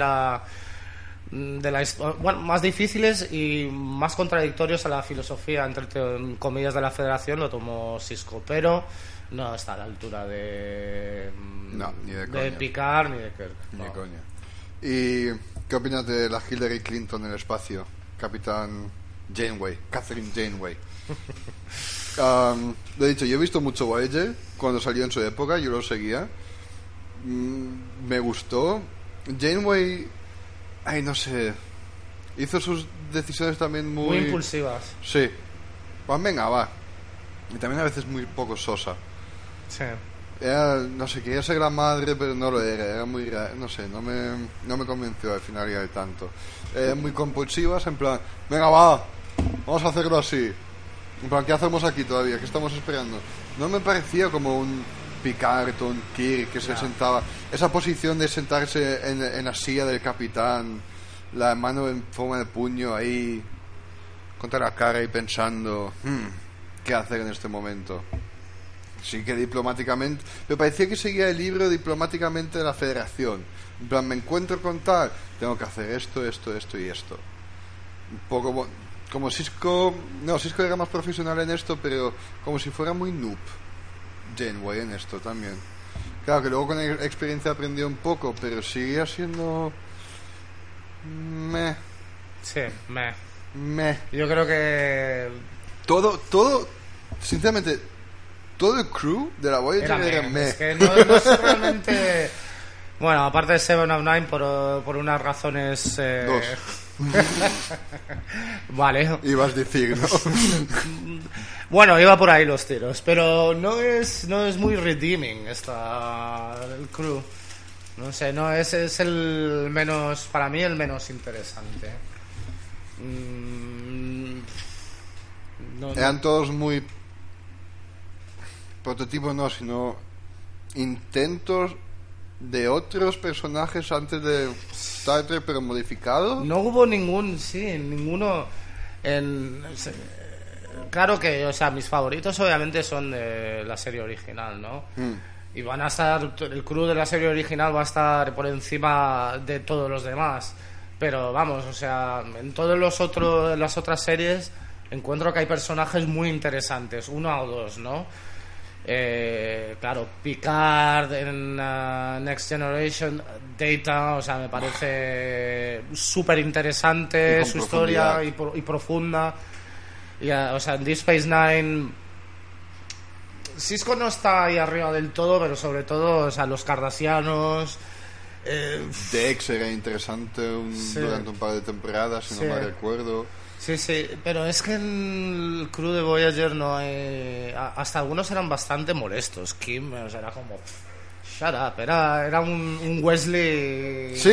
más difíciles y más contradictorios a la filosofía, entre comillas, de la Federación, lo tomó Sisko, pero no está a la altura de Picard ni de Kirk. Ni de coña. ¿Y qué opinas de la Hillary Clinton en el espacio? Capitán Catherine Janeway. Lo he dicho, yo he visto mucho Voyager cuando salió en su época, yo lo seguía. Me gustó. Janeway, no sé, hizo sus decisiones también muy impulsivas. Sí. Pues venga, va. Y también a veces muy poco sosa. Sí. No sé, quería ser la madre, pero no lo era muy... No sé, no me convenció al final ya de tanto. Muy compulsivas, en plan, venga, va, vamos a hacerlo así. En plan, ¿qué hacemos aquí todavía? ¿Qué estamos esperando? No me parecía como un Picard o un Kirk que se sentaba... Esa posición de sentarse en la silla del capitán, la mano en forma de puño ahí, contra la cara y pensando, ¿qué hacer en este momento? Sí que diplomáticamente... Me parecía que seguía el libro diplomáticamente de la Federación. En plan, me encuentro con tal, tengo que hacer esto y esto. Un poco como Sisko... No, Sisko era más profesional en esto, pero como si fuera muy noob Janeway en esto también. Claro que luego con experiencia aprendió un poco, pero seguía siendo... Sí, Meh. yo creo que Todo, sinceramente, todo el crew de la Voyager era meh. es que no es realmente... Bueno, aparte de Seven of Nine por unas razones... Dos. Vale. Ibas a decir, ¿no? Bueno, iba por ahí los tiros, pero no es muy redeeming el crew. No sé, no es el menos, para mí el menos interesante. Eran todos muy prototipos, no, sino intentos de otros personajes antes de Star Trek, pero modificados. No hubo ninguno claro que, o sea, mis favoritos obviamente son de la serie original, ¿no? Y van a estar, el crew de la serie original va a estar por encima de todos los demás. Pero vamos, o sea, en todas las otras series encuentro que hay personajes muy interesantes, uno o dos, ¿no? Claro, Picard en Next Generation, Data, o sea, me parece súper interesante su historia y profunda. O sea, en Deep Space Nine, Sisko no está ahí arriba del todo, pero sobre todo, o sea, los Cardassianos. Dex era interesante durante un par de temporadas, si no me recuerdo. Sí, pero es que en el crew de Voyager no hay... Hasta algunos eran bastante molestos. Kim, o sea, era como... Shut up, era un Wesley... Sí.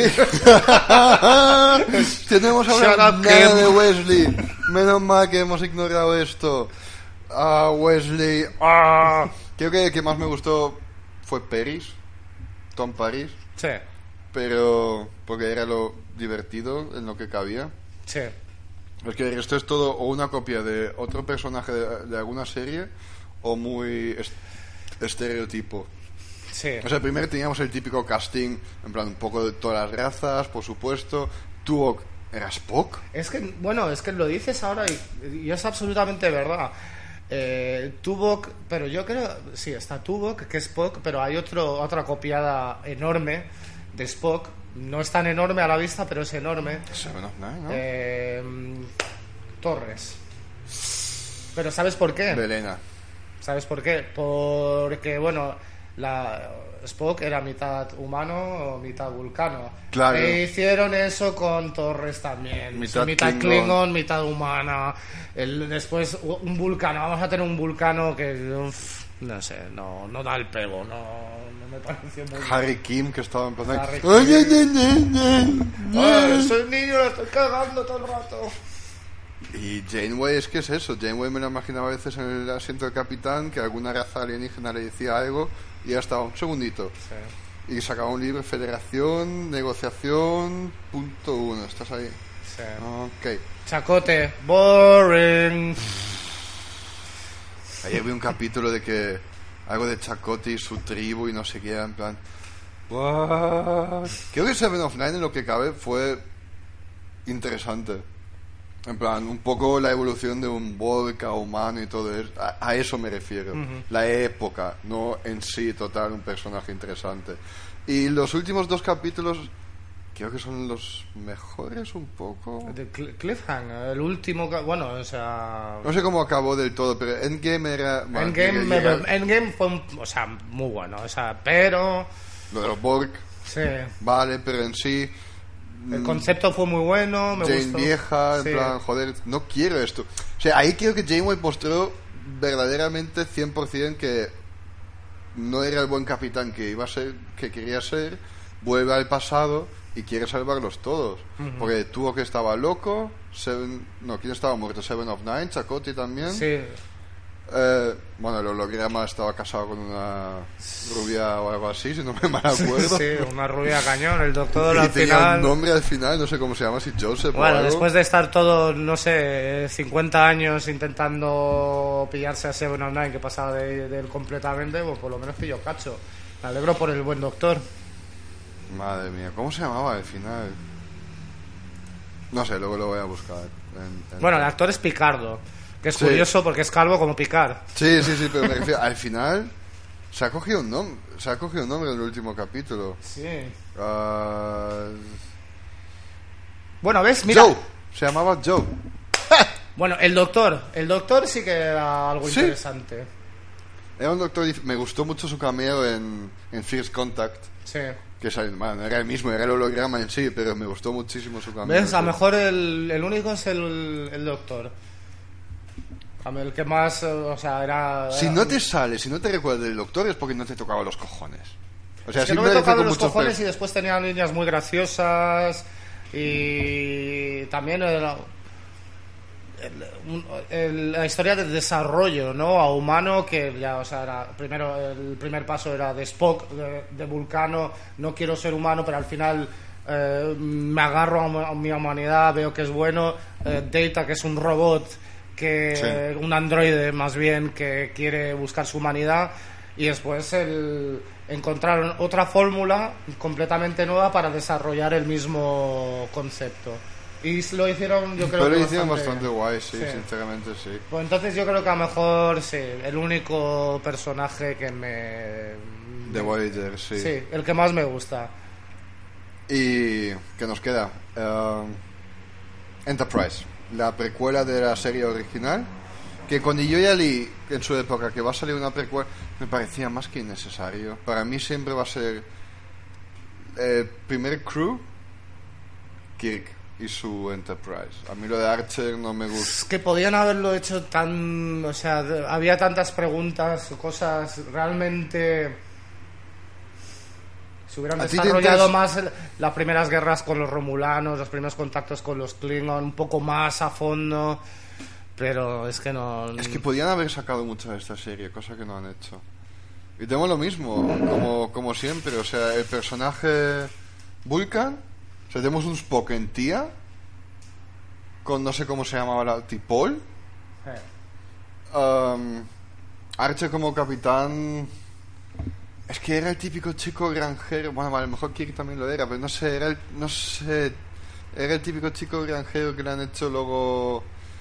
Tenemos ahora nada de Wesley. Menos mal que hemos ignorado esto. Wesley. Creo que el que más me gustó fue Tom Paris. Sí. Pero porque era lo divertido en lo que cabía. Sí. Es que el resto es todo o una copia de otro personaje de alguna serie o muy estereotipo. Sí. O sea, primero teníamos el típico casting, en plan un poco de todas las razas, por supuesto. Tuvok era Spock. Es que, bueno, es que lo dices ahora y es absolutamente verdad. Tuvok, pero yo creo, sí, está Tuvok, que es Spock, pero hay otra copiada enorme de Spock. No es tan enorme a la vista, pero es enorme. Seven of Nine, ¿no? Torres. Pero ¿sabes por qué? Belena. ¿Sabes por qué? Porque, bueno, Spock era mitad humano o mitad vulcano. Claro. E hicieron eso con Torres también. Mitad Klingon, mitad humana. Después un vulcano. Vamos a tener un vulcano que... no sé, no da el pego, no me pareció muy Harry bien. Kim, que estaba en plan... Soy niño, lo estoy cagando todo el rato. Y Janeway, es que es eso. Janeway me la imaginaba a veces en el asiento del capitán, que alguna raza alienígena le decía algo y ya estaba, un segundito. Sí. Y sacaba un libro, Federación, Negociación, .1. ¿Estás ahí? Sí. Ok. Chacote, boring. Ayer vi un capítulo de que algo de Chakotay y su tribu y no sé qué, en plan... What? Creo que Seven of Nine en lo que cabe fue interesante. En plan, un poco la evolución de un Volca humano y todo eso. A eso me refiero. La época, no en sí, total, un personaje interesante. Y los últimos 2 capítulos... Creo que son los mejores un poco. De Cliffhanger, el último, bueno, o sea... No sé cómo acabó del todo, pero Endgame era... Bueno, Endgame fue, o sea, muy bueno, o sea, pero... Lo de los Borg. Sí. Vale, pero en sí... El concepto fue muy bueno, me Jane gustó. vieja, en plan, joder, no quiero esto. O sea, ahí creo que Janeway mostró verdaderamente 100% que no era el buen capitán que iba a ser, que quería ser, vuelve al pasado y quiere salvarlos todos. Porque tuvo que estaba loco, ¿quién estaba muerto? Seven of Nine, Chakotay también. Sí. Bueno, el holograma estaba casado con una rubia o algo así, si no me mal acuerdo. Sí, una rubia cañón, el doctor al tenía final... un nombre al final, no sé cómo se llama, si Joseph o Bueno, algo. después de estar todo, no sé, 50 años intentando pillarse a Seven of Nine, que pasaba de él completamente, pues por lo menos pilló cacho. Me alegro por el buen doctor. Madre mía, ¿cómo se llamaba al final? No sé, luego lo voy a buscar. Bueno, el actor es Picardo, que es curioso porque es calvo como Picard. Sí, pero me refiero, al final se ha cogido un nombre en el último capítulo. Sí. Uh... Bueno, ¿ves? Mira. Joe. Se llamaba Joe. Bueno, el doctor sí que era algo ¿Sí? interesante. Era un doctor... Me gustó mucho su cameo en First Contact. Sí. Que bueno, no era el mismo, era el holograma en sí, pero me gustó muchísimo su cameo. ¿Ves? A lo mejor el único es el doctor. El que más, o sea, era... Si no te sale, si no te recuerdas del doctor, es porque no te tocaba los cojones. O sea, Es que no siempre me hice tocaba con los muchos cojones y después tenía líneas muy graciosas y también la historia de desarrollo, ¿no? A humano, que ya, o sea, el primer paso era de Spock, de Vulcano, no quiero ser humano, pero al final me agarro a mi humanidad, veo que es bueno. Data, que es un robot, Sí. un androide más bien, que quiere buscar su humanidad, y después encontraron otra fórmula completamente nueva para desarrollar el mismo concepto. Y lo hicieron, yo creo Pero que lo hicieron bastante guay, sí, sí. sinceramente sí. Pues entonces yo creo que a lo mejor sí, el único personaje que me... The Voyager, sí. Sí, el que más me gusta. ¿Y qué nos queda? Enterprise, la precuela de la serie original, que cuando yo ya leí en su época que va a salir una precuela, me parecía más que innecesario. Para mí siempre va a ser el primer crew, Kirk y su Enterprise. A mí lo de Archer no me gusta. Es que podían haberlo hecho tan... O sea, había tantas preguntas, cosas realmente... Si hubieran ¿A ti te desarrollado interesa? más las primeras guerras con los Romulanos, los primeros contactos con los Klingon, un poco más a fondo, pero es que no... Es que podían haber sacado mucho de esta serie, cosa que no han hecho. Y tenemos lo mismo, como siempre. O sea, el personaje Vulcan, o sea, tenemos un Spock en tía, con no sé cómo se llamaba la Tipol. Archer como capitán. Es que era el típico chico granjero. Bueno, a lo mejor Kirk también lo era, pero no sé, era el típico chico granjero que le han hecho luego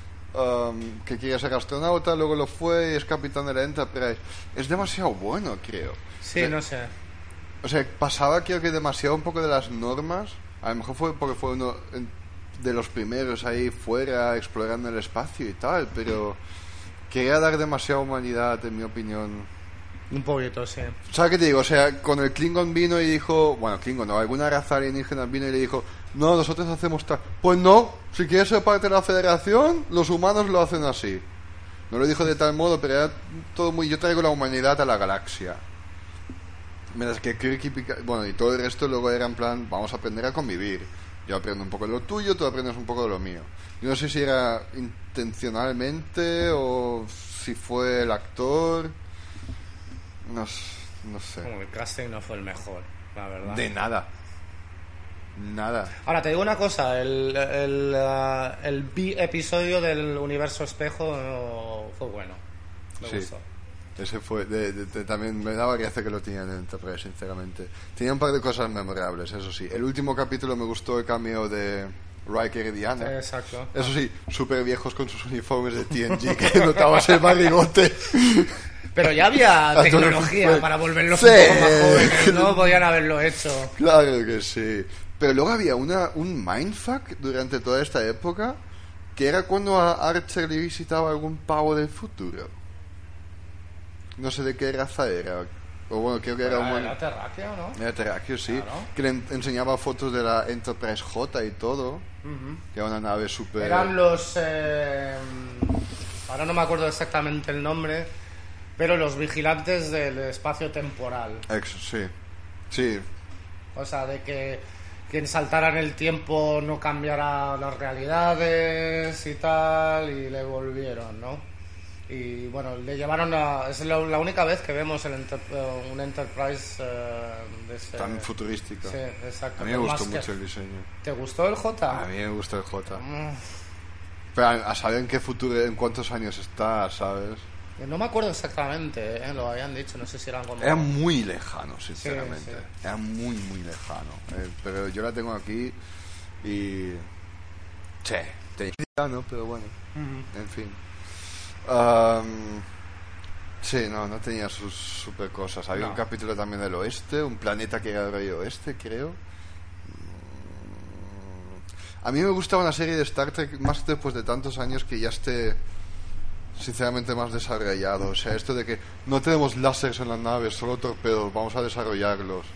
que quería ser astronauta, luego lo fue y es capitán de la Enterprise. Es demasiado bueno, creo. Sí, O sea, no sé. o sea, pasaba creo que demasiado un poco de las normas. A lo mejor fue porque fue uno de los primeros ahí fuera explorando el espacio y tal, pero quería dar demasiada humanidad, en mi opinión. Un poquito, sí. ¿Sabes qué te digo? O sea, con el Klingon vino y dijo... Bueno, Klingon no, alguna raza alienígena vino y le dijo... No, nosotros hacemos tal... Pues no, si quieres ser parte de la Federación, los humanos lo hacen así. No lo dijo de tal modo, pero era todo muy... Yo traigo la humanidad a la galaxia. Mientras que Kirk y Picard... Bueno, y todo el resto luego era en plan... Vamos a aprender a convivir. Yo aprendo un poco de lo tuyo, tú aprendes un poco de lo mío. Yo no sé si era intencionalmente o si fue el actor... No sé. Como el casting no fue el mejor, la verdad. De nada. Nada. Ahora, te digo una cosa, el episodio del universo espejo fue bueno. Me Sí. gustó. Ese fue... también me daba gracia que lo tenían en Enterprise, sinceramente. Tenía un par de cosas memorables, eso sí. El último capítulo me gustó el cameo de Riker y Diana. Exacto. Eso sí, súper viejos con sus uniformes de TNG, que notabas el barrigote. Pero ya había A tecnología todos- para volverlos Sí. un poco más jóvenes, ¿no? Podían haberlo hecho. Claro que sí. Pero luego había un mindfuck durante toda esta época, que era cuando a Archer le visitaba algún pavo del futuro. No sé de qué raza era. O bueno, creo que era un... Era terráqueo, ¿no? Era terráqueo, sí. Claro. Que le enseñaba fotos de la Enterprise J y todo. Que era una nave súper... Eran los... ahora no me acuerdo exactamente el nombre, pero los vigilantes del espacio temporal. Sí. Sí. O sea, de que quien saltara en el tiempo no cambiara las realidades y tal, y le volvieron, ¿no? Y bueno, le llevaron a... Es la única vez que vemos un Enterprise de ese... Tan futurístico. Sí, exacto. A mí me Más gustó que- mucho el diseño. ¿Te gustó el J? A mí me gusta el J. Mm, Pero a saber en qué futuro, en cuántos años está, ¿sabes? No me acuerdo exactamente, lo habían dicho, no sé si eran como... Era muy lejano, sinceramente. Sí, sí. Era muy, muy lejano. Pero yo la tengo aquí y... Che, ¿no? Pero bueno, Ujú. en fin. Sí, no tenía sus super cosas. Había No. un capítulo también del oeste, un planeta que era del rey oeste, creo. A mí me gusta una serie de Star Trek más después de tantos años que ya esté sinceramente más desarrollado. O sea, esto de que no tenemos láseres en las naves, solo torpedos, vamos a desarrollarlos.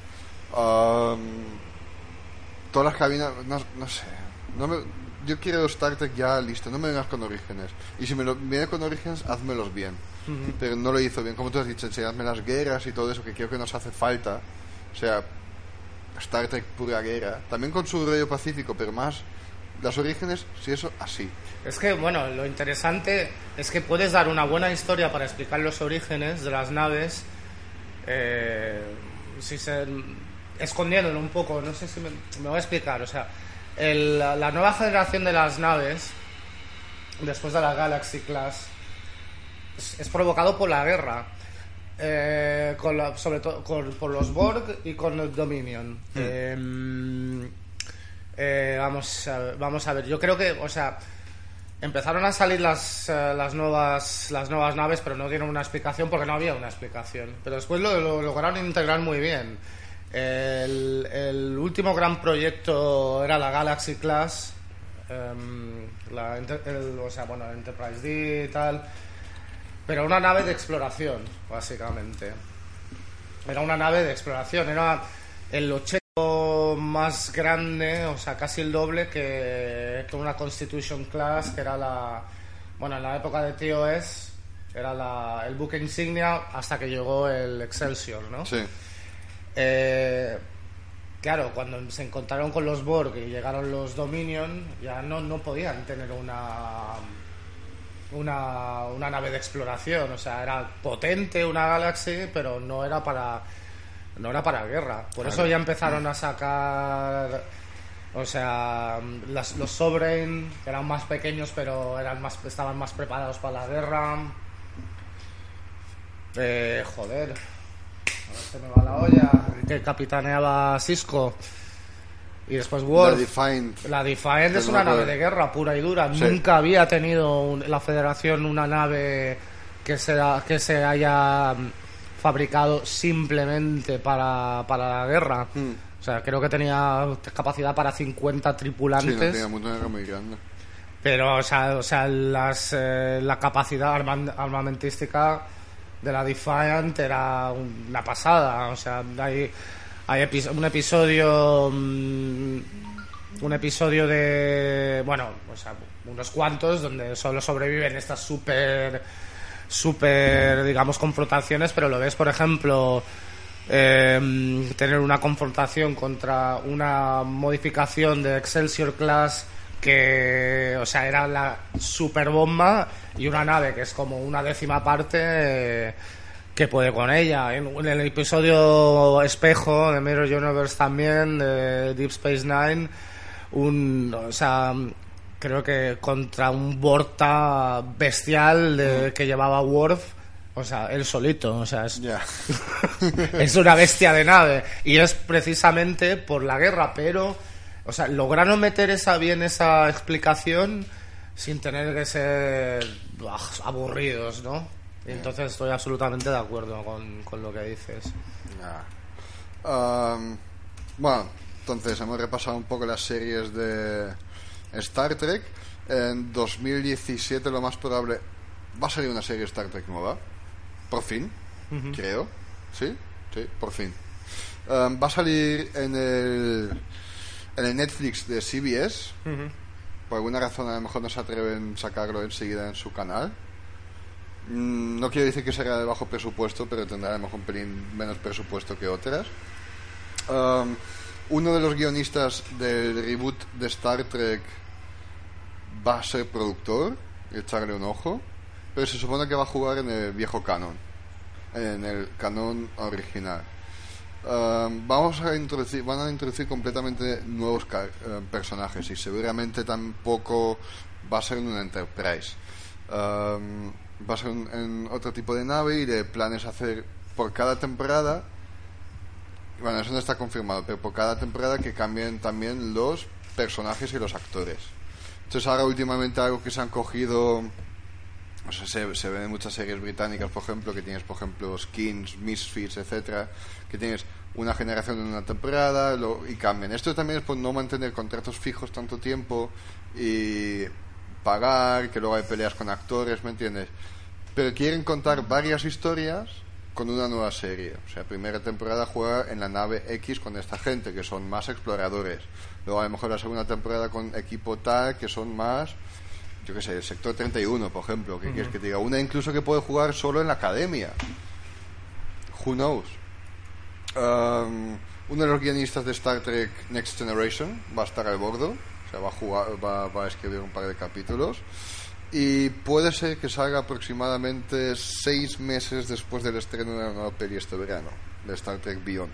Todas las cabinas, no sé. Yo quiero Star Trek ya listo, no me vengas con Orígenes. Y si me viene con Orígenes, házmelos bien. Pero no lo hizo bien, como tú has dicho, enseñadme las guerras y todo eso que creo que nos hace falta. O sea, Star Trek pura guerra. También con su rollo pacífico, pero más las Orígenes, si eso, así. Es que, bueno, lo interesante es que puedes dar una buena historia para explicar los orígenes de las naves, escondiéndolo un poco. No sé si me voy a explicar. O sea, la nueva generación de las naves, después de la Galaxy Class, es provocado por la guerra. Sobre todo por los Borg y con el Dominion. Vamos a ver, yo creo que, o sea, empezaron a salir las nuevas naves, pero no dieron una explicación porque no había una explicación. Pero después lo lograron integrar muy bien. El último gran proyecto era la Galaxy Class, Enterprise D y tal. Pero una nave de exploración, básicamente. Era una nave de exploración. Era el 80 más grande, o sea, casi el doble que una Constitution Class, que era en la época de TOS, era el buque insignia hasta que llegó el Excelsior, ¿no? Sí. Claro, cuando se encontraron con los Borg y llegaron los Dominion, ya no podían tener una nave de exploración. O sea, era potente una Galaxy, pero no era para guerra. Por eso ya empezaron a sacar, o sea, los Sovereign, que eran más pequeños pero estaban más preparados para la guerra. Joder, a ver, se me va la olla. Que capitaneaba Sisko. Y después Worf. La Defiant es una nave de guerra pura y dura. Sí. Nunca había tenido la Federación una nave que se haya fabricado simplemente para la guerra. O sea, creo que tenía capacidad para 50 tripulantes. Sí, no tenía mucho, era muy grande. Pero, o sea la capacidad armamentística de la Defiant era una pasada. O sea, hay un episodio de, bueno, o sea, unos cuantos donde solo sobreviven estas súper digamos confrontaciones, pero lo ves, por ejemplo, tener una confrontación contra una modificación de Excelsior Class que, o sea, era la super bomba, y una nave que es como una 10ª parte que puede con ella. En el episodio Espejo de Mirror Universe también, de Deep Space Nine, o sea, creo que contra un Vorta bestial que llevaba Worf, o sea, él solito, o sea, es una bestia de nave, y es precisamente por la guerra, pero, o sea, lograron meter esa explicación sin tener que ser aburridos, ¿no? Entonces estoy absolutamente de acuerdo con lo que dices. Bueno, entonces hemos repasado un poco las series de Star Trek. En 2017 lo más probable va a salir una serie de Star Trek nueva. Por fin, creo. Sí, por fin. Va a salir en el Netflix de CBS. Por alguna razón a lo mejor no se atreven a sacarlo enseguida en su canal. No quiero decir que será de bajo presupuesto, pero tendrá a lo mejor un pelín menos presupuesto que otras. Uno de los guionistas del reboot de Star Trek va a ser productor, echarle un ojo, pero se supone que va a jugar en el viejo canon, en el canon original. Van a introducir completamente nuevos personajes, y seguramente tampoco va a ser en un Enterprise. Va a ser en otro tipo de nave, y de planes hacer por cada temporada, bueno, eso no está confirmado, pero por cada temporada que cambien también los personajes y los actores. Entonces ahora últimamente algo que se han cogido O sea, se ven en muchas series británicas, por ejemplo, que tienes, por ejemplo, Skins, Misfits, etcétera, que tienes una generación en una temporada y cambian. Esto también es por no mantener contratos fijos tanto tiempo y pagar, que luego hay peleas con actores, ¿me entiendes? Pero quieren contar varias historias con una nueva serie. O sea, primera temporada juega en la nave X con esta gente, que son más exploradores. Luego a lo mejor la segunda temporada con equipo tal, que son más, yo qué sé, el sector 31, por ejemplo. ¿Qué quieres que te diga? Una incluso que puede jugar solo en la academia. Who knows? Uno de los guionistas de Star Trek Next Generation va a estar al bordo. O sea, va a escribir un par de capítulos. Y puede ser que salga aproximadamente 6 meses después del estreno de la nueva peli este verano, de Star Trek Beyond.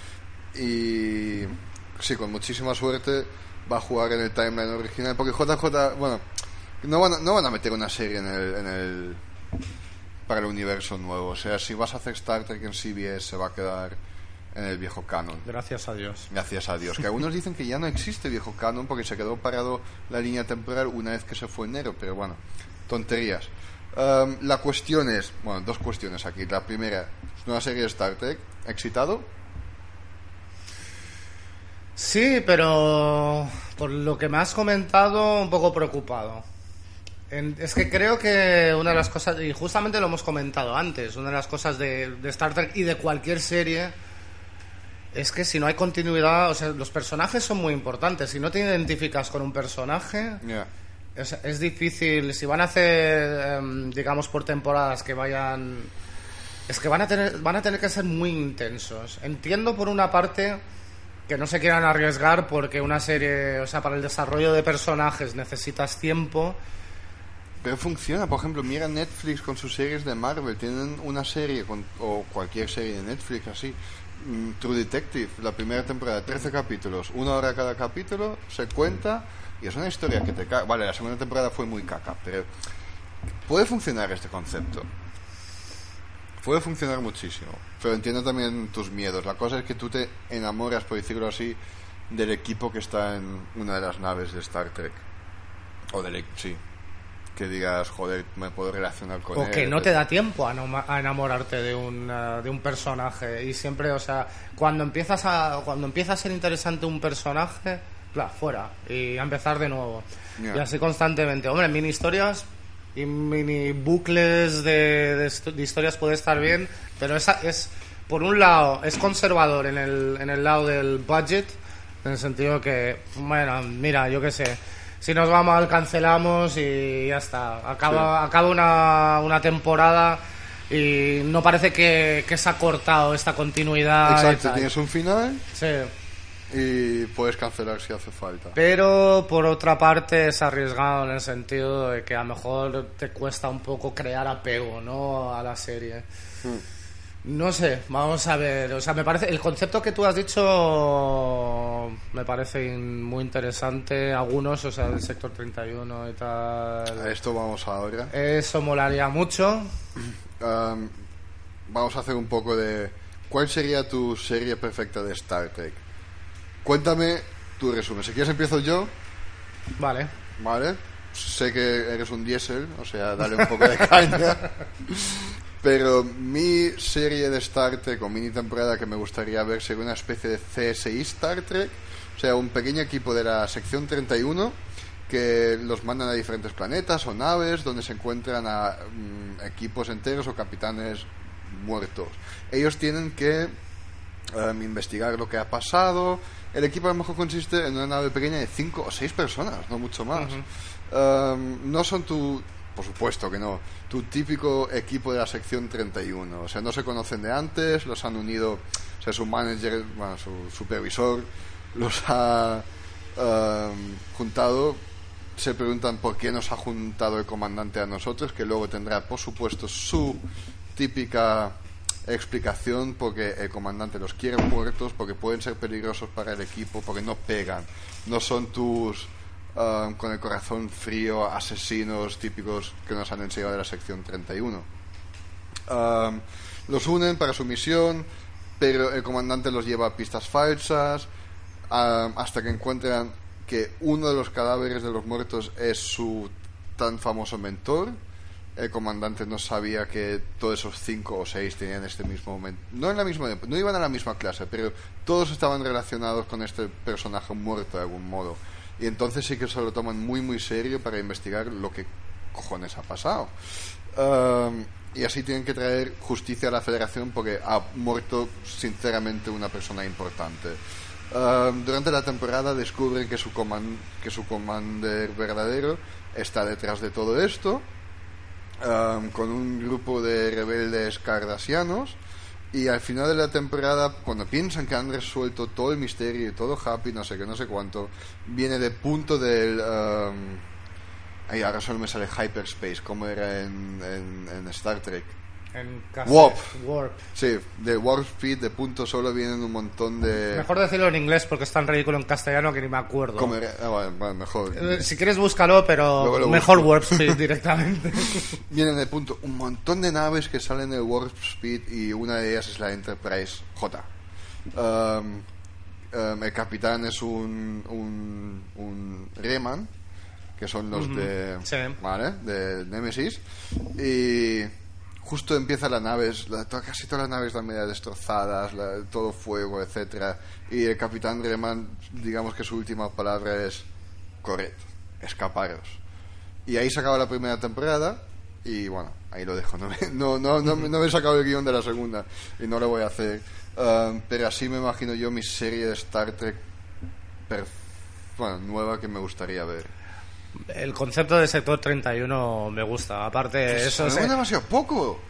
Y sí, con muchísima suerte va a jugar en el timeline original, porque JJ, bueno, no van a meter una serie para el universo nuevo. O sea, si vas a hacer Star Trek en CBS, se va a quedar en el viejo canon. Gracias a Dios. Gracias a Dios. Que algunos dicen que ya no existe viejo canon porque se quedó parado la línea temporal una vez que se fue enero, pero bueno, tonterías. La cuestión es, bueno, 2 cuestiones aquí. La primera, es una serie de Star Trek, ¿excitado? Sí, pero por lo que me has comentado, un poco preocupado. Es que creo que una de las cosas, y justamente lo hemos comentado antes, una de las cosas de Star Trek y de cualquier serie es que si no hay continuidad, o sea, los personajes son muy importantes. Si no te identificas con un personaje, es difícil. Si van a hacer, digamos, por temporadas que vayan, es que van a tener que ser muy intensos. Entiendo por una parte que no se quieran arriesgar porque una serie, o sea, para el desarrollo de personajes necesitas tiempo. Pero funciona, por ejemplo, mira Netflix con sus series de Marvel. Tienen una serie, o cualquier serie de Netflix así, True Detective, la primera temporada, 13 capítulos, 1 hora cada capítulo, se cuenta, y es una historia que te caga. Vale, la segunda temporada fue muy caca, pero puede funcionar este concepto. Puede funcionar muchísimo. Pero entiendo también tus miedos. La cosa es que tú te enamoras, por decirlo así, del equipo que está en una de las naves de Star Trek. O sí. Que digas, joder, me puedo relacionar con él. O que no te da tiempo a enamorarte de un personaje. Y siempre, o sea, cuando empieza a ser interesante un personaje, fuera. Y a empezar de nuevo. Yeah. Y así constantemente. Hombre, mini historias y mini bucles de historias puede estar bien, pero esa es, por un lado, es conservador en el lado del budget, en el sentido que, bueno, mira, yo qué sé, si nos va mal cancelamos y ya está. Acaba una temporada y no parece que se ha cortado esta continuidad. Exacto, tienes un final. Sí. Y puedes cancelar si hace falta. Pero por otra parte es arriesgado en el sentido de que a lo mejor te cuesta un poco crear apego, ¿no?, a la serie. No sé, vamos a ver. O sea, me parece el concepto que tú has dicho me parece muy interesante. Algunos, o sea, del sector 31 y tal. A esto vamos ahora. Eso molaría mucho. Vamos a hacer un poco de ¿cuál sería tu serie perfecta de Star Trek? Cuéntame tu resumen. Si quieres empiezo yo. Vale. Sé que eres un diésel, o sea, dale un poco de caña. Pero mi serie de Star Trek o mini temporada que me gustaría ver sería una especie de CSI Star Trek. O sea, un pequeño equipo de la sección 31 que los mandan a diferentes planetas o naves donde se encuentran a equipos enteros o capitanes muertos. Ellos tienen que investigar lo que ha pasado. El equipo a lo mejor consiste en una nave pequeña de 5 o 6 personas, no mucho más. No son por supuesto que no, tu típico equipo de la sección 31. O sea, no se conocen de antes, los han unido, o sea, su manager, bueno, su supervisor los ha juntado. Se preguntan por qué nos ha juntado el comandante a nosotros, que luego tendrá, por supuesto, su típica explicación, porque el comandante los quiere muertos, porque pueden ser peligrosos para el equipo, porque no pegan, no son tus con el corazón frío asesinos típicos que nos han enseñado de la sección 31. Los unen para su misión, pero el comandante los lleva a pistas falsas hasta que encuentran que uno de los cadáveres de los muertos es su tan famoso mentor, el comandante no sabía que todos esos 5 o 6 tenían este mismo momento. No en la misma, no iban a la misma clase, pero todos estaban relacionados con este personaje muerto de algún modo. Y entonces sí que se lo toman muy muy serio para investigar lo que cojones ha pasado. Y así tienen que traer justicia a la Federación porque ha muerto sinceramente una persona importante. Durante la temporada descubren que su commander verdadero está detrás de todo esto, con un grupo de rebeldes cardasianos, y al final de la temporada, cuando piensan que han resuelto todo el misterio y todo happy, no sé qué, no sé cuánto, viene de punto del ahora solo me sale hyperspace, como era en Star Trek. En Warp. Warp. Sí, de Warp Speed, de punto solo vienen un montón de... Mejor decirlo en inglés porque es tan ridículo en castellano que ni me acuerdo. ¿Cómo era? Bueno, mejor. Si quieres búscalo, pero mejor Warp Speed directamente. Vienen de punto un montón de naves que salen de Warp Speed y una de ellas es la Enterprise J. El capitán es un Reman, que son los de... Sí. ¿Vale? De Nemesis. Y... justo empieza la nave, casi todas las naves están medio destrozadas, todo fuego, etcétera, y el capitán Reman, digamos que su última palabra es corred, escaparos. Y ahí se acaba la primera temporada y bueno, ahí lo dejo. No me he sacado el guión de la segunda y no lo voy a hacer, pero así me imagino yo mi serie de Star Trek nueva que me gustaría ver. El concepto de Sector 31 me gusta. Aparte, eso es demasiado poco.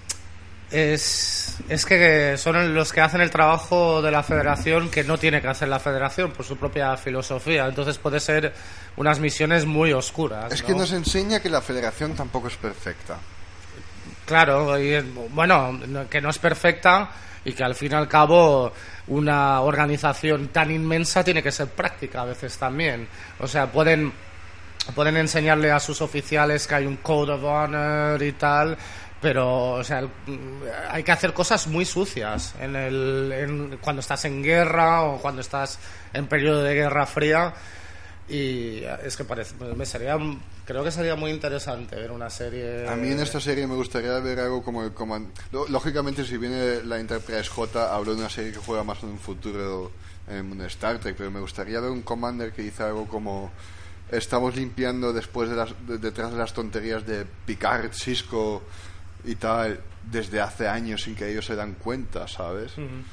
Es que son los que hacen el trabajo de la Federación que no tiene que hacer la Federación por su propia filosofía. Entonces puede ser unas misiones muy oscuras. Es ¿no? que nos enseña que la Federación tampoco es perfecta. Claro, y bueno, que no es perfecta y que al fin y al cabo una organización tan inmensa tiene que ser práctica a veces también. O sea, pueden enseñarle a sus oficiales que hay un code of honor y tal, pero o sea, hay que hacer cosas muy sucias cuando estás en guerra o cuando estás en periodo de Guerra Fría, y es que creo que sería muy interesante ver una serie. A mí en esta serie me gustaría ver algo como el lógicamente, si viene la Enterprise J, hablo de una serie que juega más en un futuro en el mundo de Star Trek, pero me gustaría ver un Commander que dice algo como: estamos limpiando detrás de las tonterías de Picard, Sisko y tal desde hace años sin que ellos se dan cuenta, ¿sabes?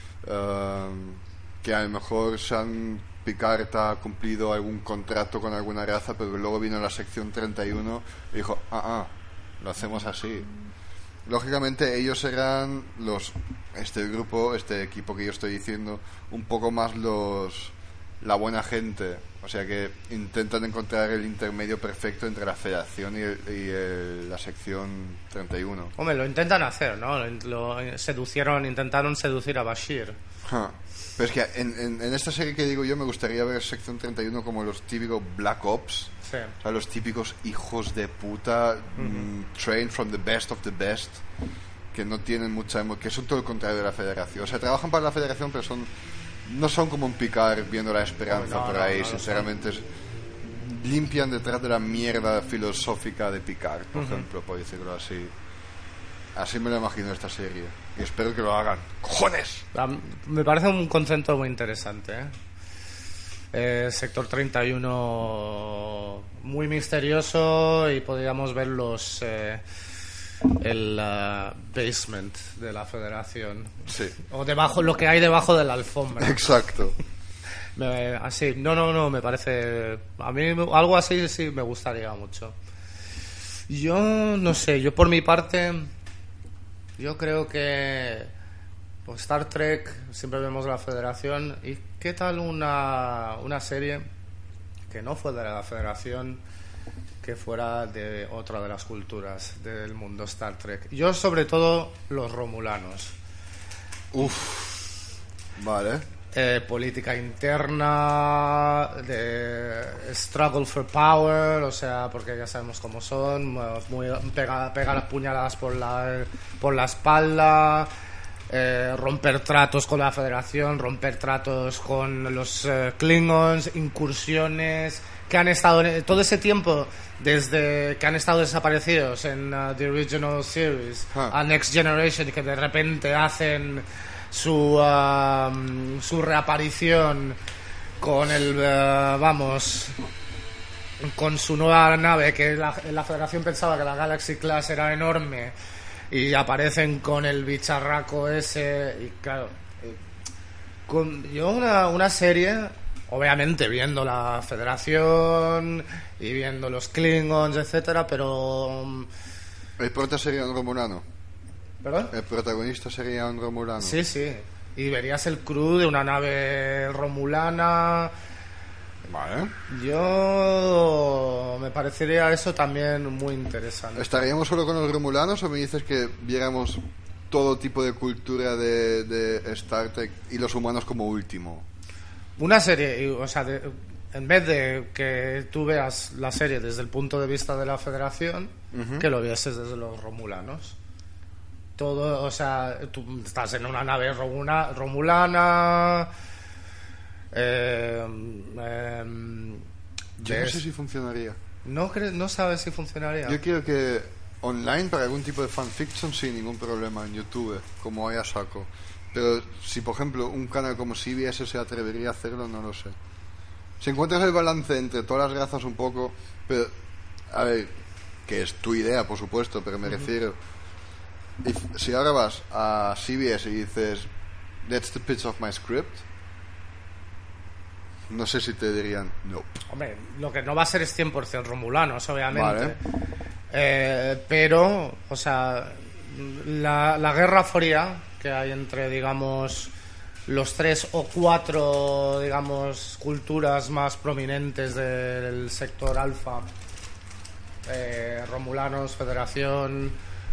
Que a lo mejor Picard ha cumplido algún contrato con alguna raza, pero luego vino la sección 31 y dijo, lo hacemos así. Lógicamente ellos serán este equipo que yo estoy diciendo, un poco más la buena gente. O sea que intentan encontrar el intermedio perfecto entre la Federación y la sección 31. Hombre, lo intentan hacer, ¿no? Intentaron seducir a Bashir. Pero es que en esta serie que digo yo me gustaría ver sección 31 como los típicos Black Ops. Sí. O sea, los típicos hijos de puta, trained from the best of the best, que no tienen que son todo el contrario de la Federación. O sea, trabajan para la Federación, pero no son como un Picard viendo la esperanza por ahí, sinceramente. Limpian detrás de la mierda filosófica de Picard, por ejemplo, por decirlo así. Así me lo imagino esta serie. Y espero que lo hagan. ¡Cojones! Me parece un concepto muy interesante, Sector 31 muy misterioso, y podríamos ver el basement de la Federación. Sí. O lo que hay debajo de la alfombra. Exacto. Así, no, me parece... A mí algo así sí me gustaría mucho. Yo no sé, yo por mi parte... Yo creo que Star Trek siempre vemos la Federación, y ¿qué tal una serie que no fue de la Federación, que fuera de otra de las culturas del mundo Star Trek? Yo sobre todo los romulanos. Vale. Política interna, de struggle for power, o sea, porque ya sabemos cómo son, pega las puñaladas por la espalda, romper tratos con la Federación, romper tratos con los Klingons, incursiones, que han estado todo ese tiempo desde que han estado desaparecidos en The Original Series a Next Generation, y que de repente hacen su reaparición con con su nueva nave, que la Federación pensaba que la Galaxy Class era enorme, y aparecen con el bicharraco ese. Y claro, yo una serie, obviamente viendo la Federación y viendo los Klingons, etcétera, pero el prota sería un romulano. ¿Perdón? El protagonista sería un romulano. Sí, y verías el crew de una nave romulana. Vale. Yo me parecería eso también muy interesante. ¿Estaríamos solo con los romulanos o me dices que viéramos todo tipo de cultura de Star Trek y los humanos como último? Una serie, o sea, en vez de que tú veas la serie desde el punto de vista de la Federación, que lo vieses desde los romulanos. Todo, o sea, tú estás en una nave romulana. Yo no sé si funcionaría. No sabes si funcionaría. Yo creo que online, para algún tipo de fanfiction, sin ningún problema en YouTube, como haya saco. Pero si, por ejemplo, un canal como CBS se atrevería a hacerlo, no lo sé. Si encuentras el balance entre todas las razas un poco, pero, a ver, que es tu idea, por supuesto, pero me refiero, si ahora vas a CBS y dices, that's the pitch of my script, no sé si te dirían no. Hombre, lo que no va a ser es 100% romulanos, obviamente. Vale. Pero, o sea, la Guerra Fría que hay entre, digamos, los 3 o 4, digamos, culturas más prominentes del sector alfa, romulanos, Federación,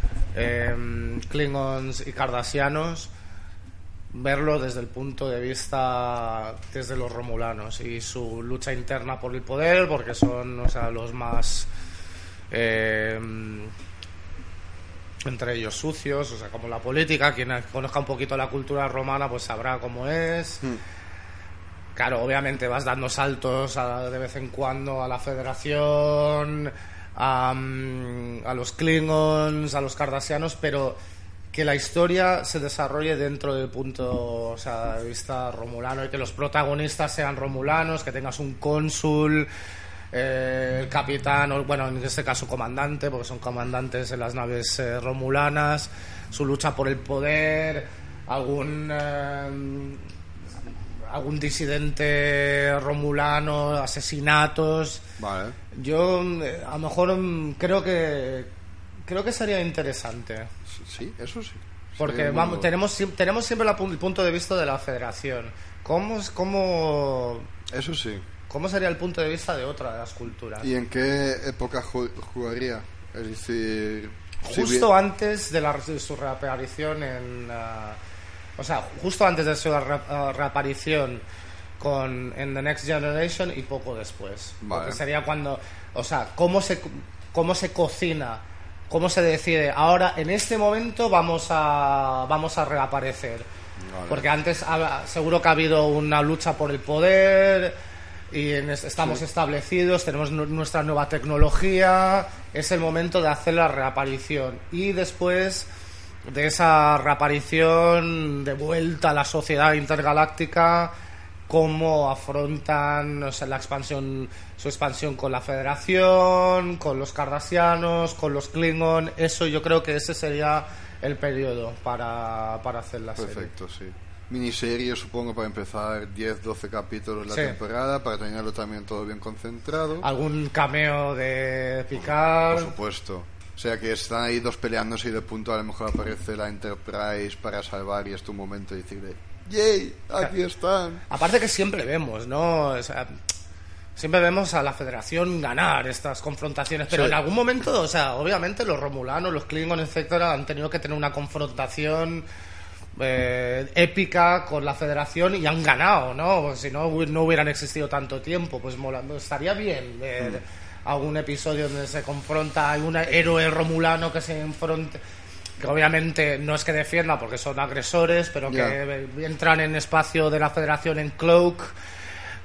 Klingons y Cardassianos, verlo desde el punto de vista desde los romulanos y su lucha interna por el poder, porque son, o sea, los más entre ellos sucios, o sea, como la política. Quien conozca un poquito la cultura romana pues sabrá cómo es. Claro, obviamente vas dando saltos de vez en cuando a la Federación, a los Klingons, a los Cardassianos, pero que la historia se desarrolle dentro del punto, o sea, de vista romulano, y que los protagonistas sean romulanos, que tengas un cónsul, el capitán, o bueno, en este caso comandante, porque son comandantes en las naves romulanas, su lucha por el poder, algún disidente romulano, asesinatos. Vale. Yo a lo mejor creo que sería interesante. Sí, eso sí. Porque tenemos siempre el punto de vista de la Federación. Eso sí. ¿Cómo sería el punto de vista de otra de las culturas? ¿Y en qué época jugaría? Es decir, justo antes de su reaparición o sea, justo antes de su reaparición en The Next Generation y poco después. Vale. Porque sería cuando, o sea, cómo se cocina, cómo se decide, ahora en este momento vamos a reaparecer. Vale. Porque antes seguro que ha habido una lucha por el poder y estamos establecidos, tenemos nuestra nueva tecnología, es el momento de hacer la reaparición. Y después de esa reaparición, de vuelta a la sociedad intergaláctica, cómo afrontan, o sea, su expansión con la Federación, con los Cardassianos, con los Klingon. Eso, yo creo que ese sería el periodo para hacer la serie. Perfecto, sí. Miniserie, supongo, para empezar 10-12 capítulos la temporada, para tenerlo también todo bien concentrado. Algún cameo de Picard. Por supuesto. O sea, que están ahí dos peleándose y de punto a lo mejor aparece la Enterprise para salvar, y es tu momento de decirle ¡yay! ¡Aquí están! Aparte que siempre vemos, ¿no? O sea, siempre vemos a la Federación ganar estas confrontaciones, pero en algún momento, o sea, obviamente los romulanos, los Klingons, etcétera, han tenido que tener una confrontación épica con la Federación y han ganado, ¿no? Pues si no hubieran existido tanto tiempo, pues estaría bien ver algún episodio donde se confronta, hay un héroe romulano que se enfrenta, que obviamente no es que defienda porque son agresores, pero que entran en espacio de la Federación en cloak,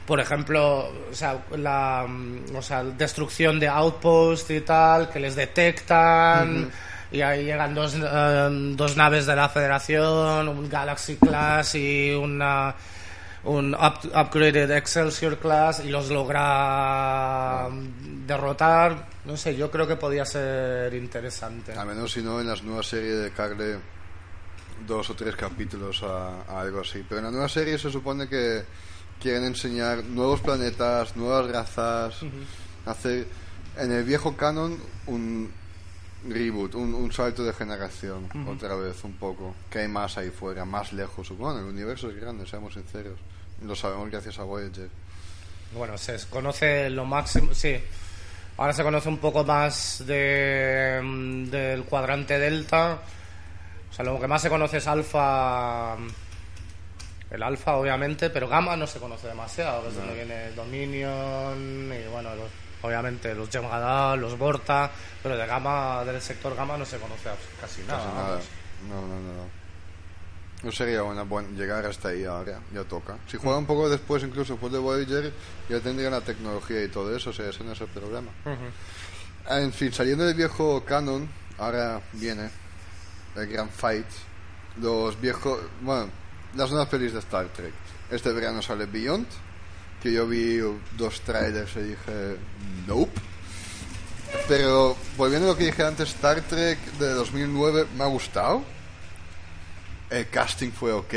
por ejemplo, o sea, destrucción de outposts y tal, que les detectan, y ahí llegan dos naves de la Federación, un Galaxy Class y un upgraded Excelsior Class, y los logra derrotar. No sé, yo creo que podía ser interesante. A menos si no, en las nuevas series de Carle 2 o 3 capítulos a algo así. Pero en la nueva serie se supone que quieren enseñar nuevos planetas, nuevas razas, hacer en el viejo canon un reboot, un salto de generación, otra vez un poco. Que hay más ahí fuera, más lejos. Bueno, el universo es grande, seamos sinceros. Lo sabemos gracias a Voyager. Bueno, se conoce lo máximo, sí. Ahora se conoce un poco más del cuadrante Delta. O sea, lo que más se conoce es Alfa, el Alfa, obviamente, pero Gamma no se conoce demasiado, que es donde viene el Dominion y, bueno, obviamente los Jem'Hadar, los Vorta, pero de Gamma, del sector Gamma no se conoce casi nada. No. No sería bueno llegar hasta ahí ahora, ya toca. Si juega un poco después, incluso después de Voyager, ya tendría la tecnología y todo eso, o sea, ese no es el problema. En fin, saliendo del viejo canon, ahora viene el gran fight. Los viejos, bueno, las nuevas pelis de Star Trek. Este verano sale Beyond, que yo vi 2 trailers y dije nope. Pero volviendo a lo que dije antes, Star Trek de 2009 me ha gustado. El casting fue ok.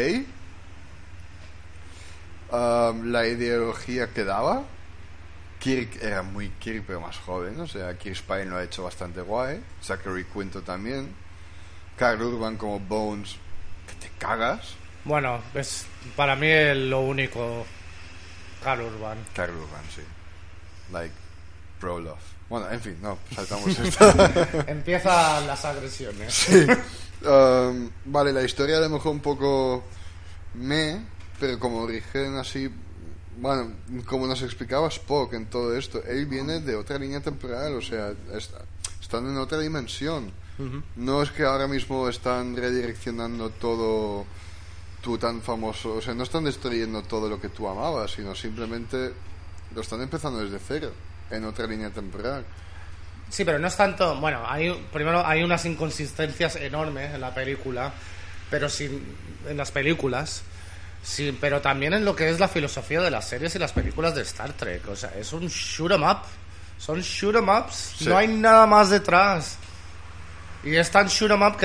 La ideología que daba. Kirk era muy Kirk, pero más joven. O sea, Kirk Spine lo ha hecho bastante guay. Zachary Quinto también. Karl Urban como Bones, que te cagas. Bueno, es para mí lo único. Karl Urban, sí. Like, pro love. Bueno, en fin, no, saltamos esto. Empiezan las agresiones. Sí. Vale, la historia a lo mejor un poco pero como origen así, bueno, como nos explicaba Spock en todo esto, él viene de otra línea temporal, o sea, están en otra dimensión. No es que ahora mismo están redireccionando todo tú tan famoso, o sea, no están destruyendo todo lo que tú amabas, sino simplemente lo están empezando desde cero, en otra línea temporal. Sí, pero no es tanto. Bueno, primero hay unas inconsistencias enormes en la película, pero en las películas, sí, pero también en lo que es la filosofía de las series y las películas de Star Trek. O sea, es un shoot 'em up, son shoot 'em ups, sí. No hay nada más detrás. Y es tan shoot 'em up que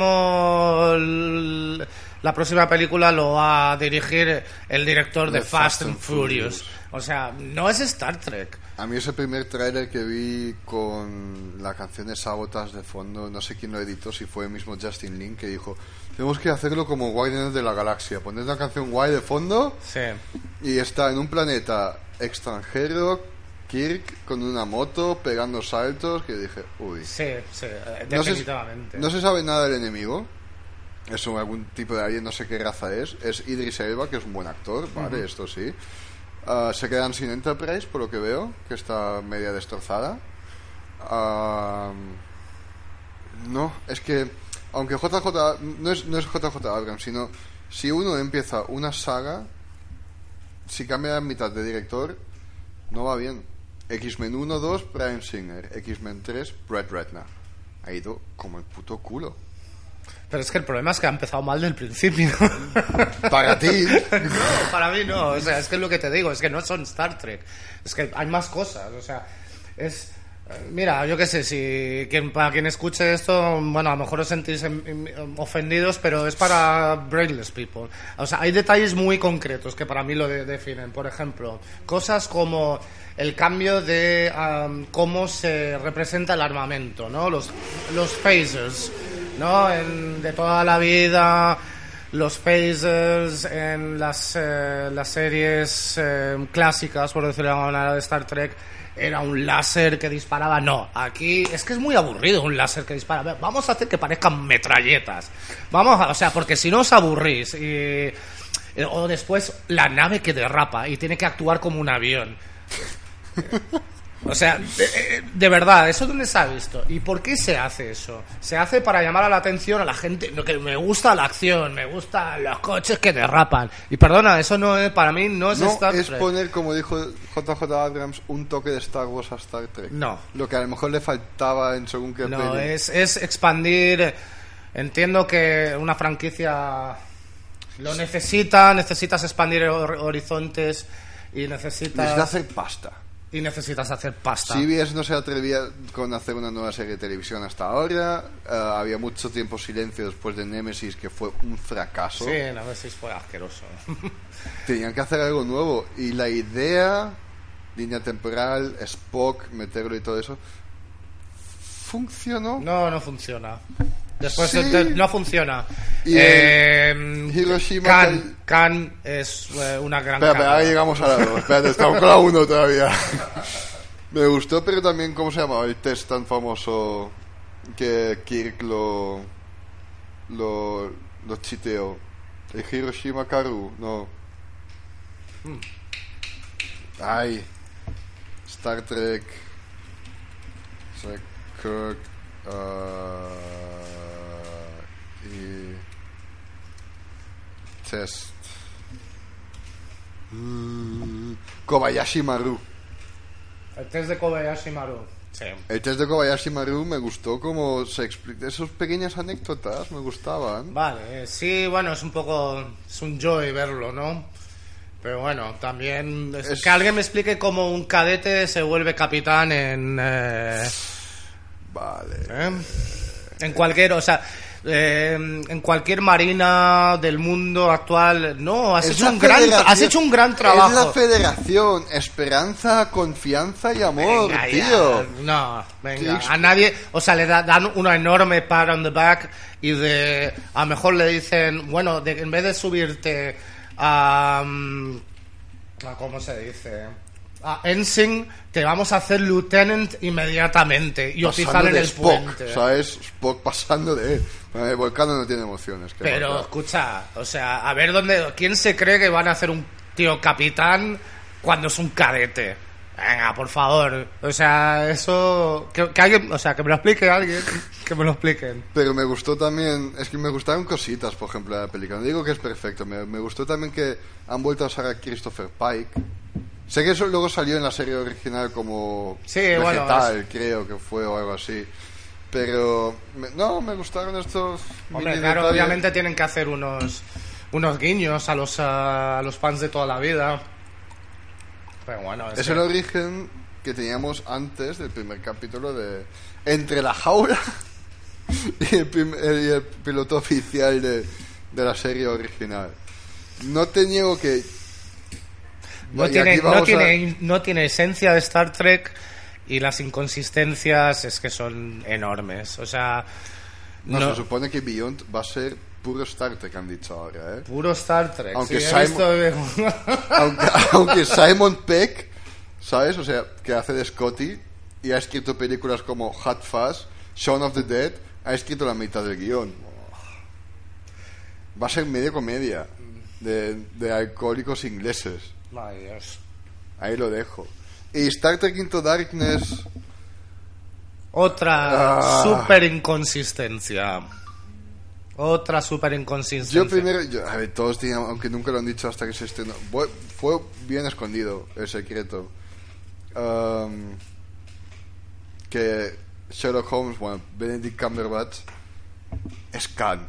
la próxima película lo va a dirigir el director de Fast and Furious. O sea, no es Star Trek. A mí ese primer tráiler que vi con la canción de Sabotage de fondo, no sé quién lo editó, si fue el mismo Justin Lin, que dijo, tenemos que hacerlo como Guardianes de la Galaxia, poner una canción guay de fondo, sí. Y está en un planeta extranjero, Kirk con una moto pegando saltos, que dije, uy. Sí, definitivamente. No se sabe nada del enemigo. Es algún tipo de alien, no sé qué raza es. Es Idris Elba, que es un buen actor, vale, esto sí. Se quedan sin Enterprise, por lo que veo, que está media destrozada. No, es que aunque no es JJ Abrams, sino si uno empieza una saga, si cambia la mitad de director, no va bien. X-Men 1, 2, Bryan Singer. X-Men 3, Brett Ratner. Ha ido como el puto culo. Pero es que el problema es que ha empezado mal del principio. Para ti. No, para mí no. O sea, es que es lo que te digo, es que no son Star Trek. Es que hay más cosas. O sea, es... Mira, yo qué sé, para quien escuche esto, bueno, a lo mejor os sentís ofendidos, pero es para brainless people. O sea, hay detalles muy concretos que para mí lo definen. Por ejemplo, cosas como el cambio de cómo se representa el armamento, ¿no? Los phasers, ¿no? De toda la vida, los phasers en las series clásicas, por decirlo de alguna manera, de Star Trek, era un láser que disparaba. No, aquí es que es muy aburrido un láser que dispara. Vamos a hacer que parezcan metralletas. O sea, porque si no os aburrís. O después la nave que derrapa y tiene que actuar como un avión. O sea, de verdad, ¿eso dónde se ha visto? ¿Y por qué se hace eso? Se hace para llamar a la atención a la gente, no, que me gusta la acción, me gustan los coches que derrapan. Y perdona, eso no es, para mí no es Star Trek. No es poner, como dijo JJ Abrams, un toque de Star Wars a Star Trek. No. Lo que a lo mejor le faltaba en según qué No, peli. es expandir. Entiendo que una franquicia lo necesitas expandir horizontes y Necesita hacer pasta. Y necesitas hacer pasta. CBS no se atrevía con hacer una nueva serie de televisión hasta ahora. Había mucho tiempo silencio después de Nemesis, que fue un fracaso. Sí, Nemesis fue asqueroso. Tenían que hacer algo nuevo. Y la idea, línea temporal, Spock, meterlo y todo eso, ¿funcionó? No funciona. Después Sí. no funciona. Y Hiroshima... Khan es una gran Espera, ahora llegamos a la 2. Espérate, estamos con la 1 todavía. Me gustó, pero también, ¿cómo se llamaba? El test tan famoso que Kirk lo chiteó. El Hiroshima Karu, no. Ay. Star Trek. Kirk. Y... Test. Kobayashi Maru. El test de Kobayashi Maru. Sí. El test de Kobayashi Maru me gustó como se explica. Esas pequeñas anécdotas me gustaban. Vale, sí, bueno, es un joy verlo, ¿no? Pero bueno, también que alguien me explique cómo un cadete se vuelve capitán en... Vale. En cualquier, o sea, en cualquier marina del mundo actual. No, has hecho un gran trabajo. Es la federación, esperanza, confianza y amor, venga, tío. Ya. No, venga, a nadie, o sea, le dan una enorme pat on the back y a lo mejor le dicen, bueno, en vez de subirte a ¿cómo se dice? A Ensign, te vamos a hacer lieutenant inmediatamente y oficial en el Spock, puente. ¿sabes? Spock pasando de... Volcano no tiene emociones. Pero escucha, o sea, a ver quién se cree que van a hacer un tío capitán cuando es un cadete. Venga, por favor. O sea, eso que alguien, o sea, que me lo explique alguien, que me lo expliquen. Pero me gustó también, es que me gustaron cositas, por ejemplo, de la película. No digo que es perfecto, me gustó también que han vuelto a usar a Christopher Pike. Sé que eso luego salió en la serie original como vegetal, creo que fue, o algo así. Pero, me gustaron estos... Hombre, claro, obviamente tienen que hacer unos guiños a los fans de toda la vida. Pero bueno... Es el origen que teníamos antes del primer capítulo de... Entre la jaula y el piloto oficial de la serie original. No te niego que... No tiene esencia de Star Trek y las inconsistencias es que son enormes. O sea, se supone que Beyond va a ser puro Star Trek, han dicho ahora, ¿eh? Puro Star Trek. Aunque, sí, aunque Simon Pegg, ¿sabes? O sea, que hace de Scotty y ha escrito películas como Hot Fuzz, Shaun of the Dead, ha escrito la mitad del guión. Va a ser medio comedia de alcohólicos ingleses. Ay, Dios. Ahí lo dejo. Y Star Trek Into Darkness... Otra super inconsistencia. Yo primero... a ver, todos teníamos... Aunque nunca lo han dicho hasta que se estrenó. Fue bien escondido el secreto. Que Sherlock Holmes, bueno, Benedict Cumberbatch es Khan.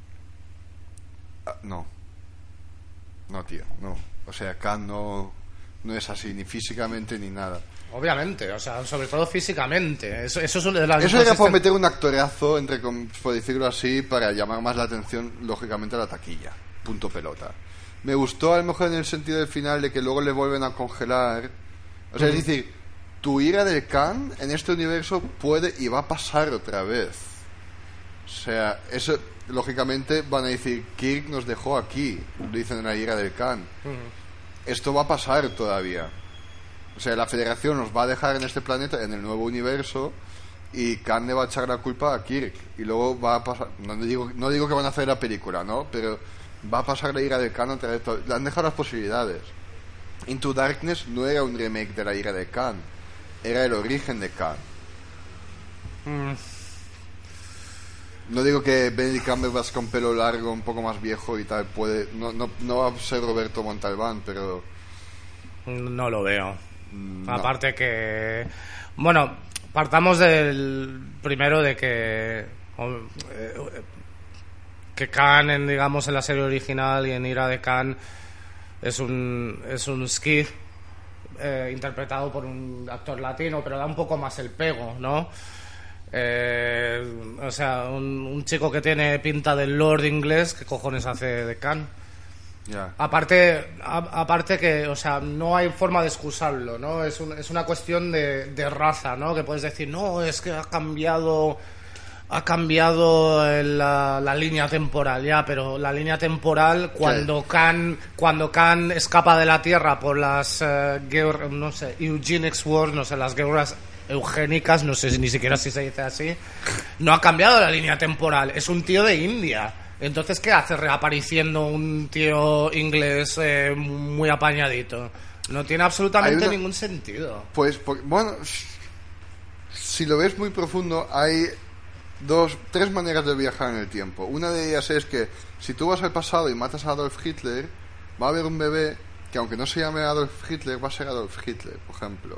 No, tío, no. O sea, Khan no es así, ni físicamente ni nada. Obviamente, o sea, sobre todo físicamente. Eso es una de las... Eso era por meter un actorazo, por decirlo así, para llamar más la atención, lógicamente, a la taquilla. Punto pelota. Me gustó a lo mejor en el sentido del final de que luego le vuelven a congelar. O sea, es decir, tu ira del Khan en este universo puede y va a pasar otra vez. O sea, eso... Lógicamente van a decir, Kirk nos dejó aquí, lo dicen en la ira del Khan. Esto va a pasar todavía. O sea, la Federación nos va a dejar en este planeta, en el nuevo universo, y Khan le va a echar la culpa a Kirk. Y luego va a pasar... No digo que van a hacer la película, ¿no? Pero va a pasar la ira del Khan otra vez. Le han dejado las posibilidades. Into Darkness no era un remake de la ira del Khan. era el origen de Khan. Mm. No digo que Benedict Cumberbatch con pelo largo, un poco más viejo y tal, no va a ser Roberto Montalbán, pero... No lo veo. No. Aparte que... Bueno, partamos del primero de que Khan, digamos, en la serie original y en Ira de Khan es un Skid interpretado por un actor latino, pero da un poco más el pego, ¿no? O sea, un chico que tiene pinta del Lord inglés, ¿qué cojones hace de Khan? Yeah. Aparte que, o sea, no hay forma de excusarlo, ¿no? Es una cuestión de raza, ¿no? Que puedes decir, no, es que ha cambiado la línea temporal, ya, pero la línea temporal cuando Khan escapa de la Tierra por las no sé, Eugenics Wars, no sé, las guerras eugénicas, no sé ni siquiera si se dice así, no ha cambiado la línea temporal, es un tío de India. Entonces, ¿qué hace reapareciendo un tío inglés muy apañadito? No tiene absolutamente ningún sentido. Pues, bueno, si lo ves muy profundo, hay tres maneras de viajar en el tiempo. Una de ellas es que si tú vas al pasado y matas a Adolf Hitler, va a haber un bebé que, aunque no se llame Adolf Hitler, va a ser Adolf Hitler, por ejemplo.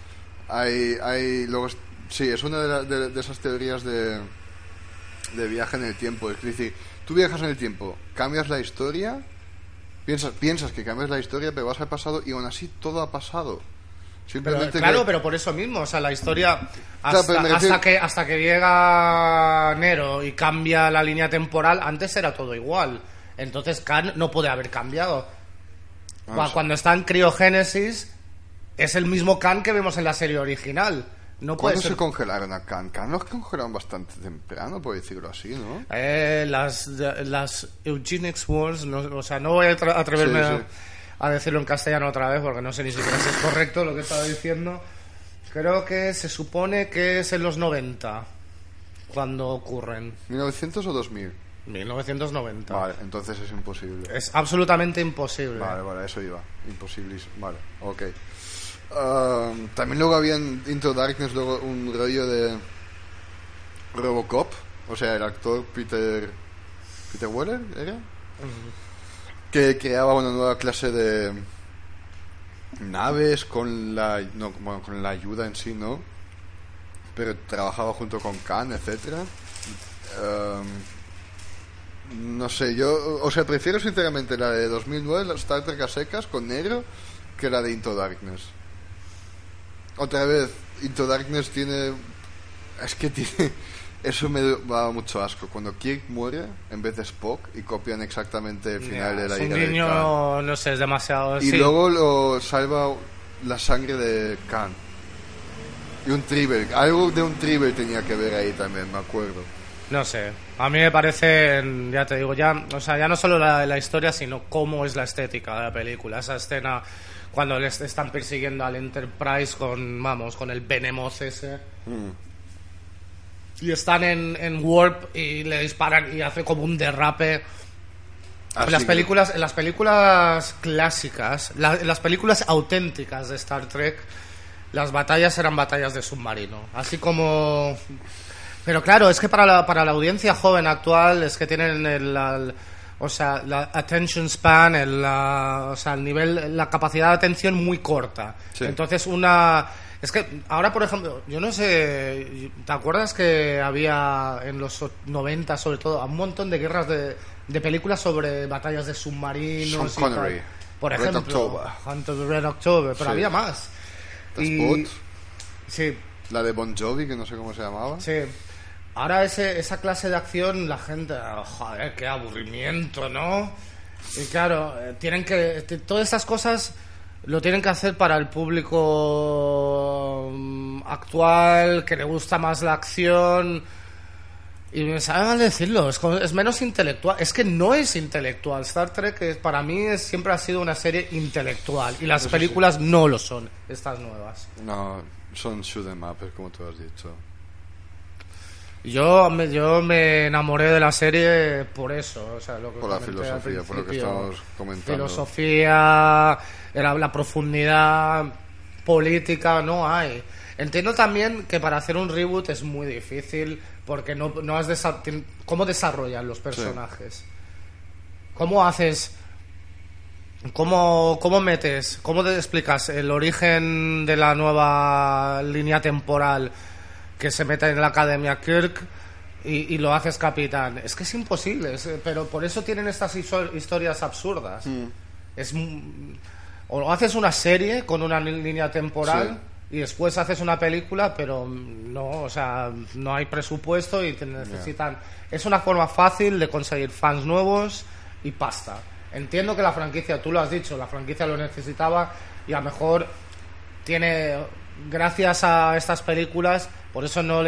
Sí, es una de esas teorías de viaje en el tiempo. Es decir, tú viajas en el tiempo, cambias la historia, piensas que cambias la historia, pero vas al pasado y aún así todo ha pasado. Simplemente pero por eso mismo, o sea, la historia hasta que llega Nero y cambia la línea temporal, antes era todo igual. Entonces Khan no puede haber cambiado. Cuando está en criogénesis es el mismo Khan que vemos en la serie original. No puede ¿Cuándo ser... se congelaron a Khan? Khan los congelaron bastante temprano, por decirlo así, ¿no? Las Eugenics Wars, no, o sea, no voy a atreverme a decirlo en castellano otra vez porque no sé ni siquiera si es correcto lo que estaba diciendo. Creo que se supone que es en los 90 cuando ocurren. ¿1900 o 2000? 1990. Vale, entonces es imposible. Es absolutamente imposible. Vale, eso iba. Imposible. Vale, ok. También luego había en Into Darkness luego un rollo de Robocop, o sea, el actor Peter Weller era que creaba una nueva clase de naves con la ayuda en sí, ¿no? Pero trabajaba junto con Khan, etcétera. No sé, yo, o sea, prefiero sinceramente la de 2009, la Star Trek a secas con negro, que la de Into Darkness. Otra vez, Into Darkness tiene... Eso me da mucho asco. Cuando Kirk muere en vez de Spock y copian exactamente el final de la ira de Khan. No sé, es demasiado... Y luego lo salva la sangre de Khan. Y un Tribble. Algo de un Tribble tenía que ver ahí también, me acuerdo. No sé. A mí me parece, ya te digo, ya no solo la historia, sino cómo es la estética de la película. Esa escena... cuando les están persiguiendo al Enterprise con el Behemoth ese y están en Warp y le disparan y hace como un derrape. En las películas clásicas, en las películas auténticas de Star Trek, las batallas eran batallas de submarino, así como... Pero claro, es que para la audiencia joven actual es que tienen la attention span, el nivel, la capacidad de atención muy corta. Sí. Entonces es que ahora, por ejemplo, yo no sé, ¿te acuerdas que había en los 90 sobre todo un montón de guerras de películas sobre batallas de submarinos? Sean Connery, y tal? Por ejemplo, Hunter Red October, pero había más. Sí. La de Bon Jovi, que no sé cómo se llamaba. Sí. Ahora esa clase de acción, la gente, joder, qué aburrimiento, ¿no? Y claro, todas estas cosas lo tienen que hacer para el público actual, que le gusta más la acción. Y me sabe mal decirlo, es menos intelectual. Es que no es intelectual. Star Trek para mí siempre ha sido una serie intelectual. Y las películas no lo son, estas nuevas. No, son shoot 'em up, como tú has dicho. Yo me enamoré de la serie por eso, o sea, por la filosofía, por lo que estamos comentando. Filosofía, era la profundidad política, no hay. Entiendo también que para hacer un reboot es muy difícil porque no has ¿cómo desarrollan los personajes? ¿Cómo haces? ¿Cómo metes? ¿Cómo te explicas el origen de la nueva línea temporal que se mete en la Academia Kirk y lo haces capitán? Es que es imposible, pero por eso tienen estas historias absurdas. O haces una serie con una línea temporal y después haces una película, pero no, o sea, no hay presupuesto y te necesitan. Es una forma fácil de conseguir fans nuevos y pasta. Entiendo que la franquicia, tú lo has dicho, la franquicia lo necesitaba y a lo mejor tiene, gracias a estas películas, por eso no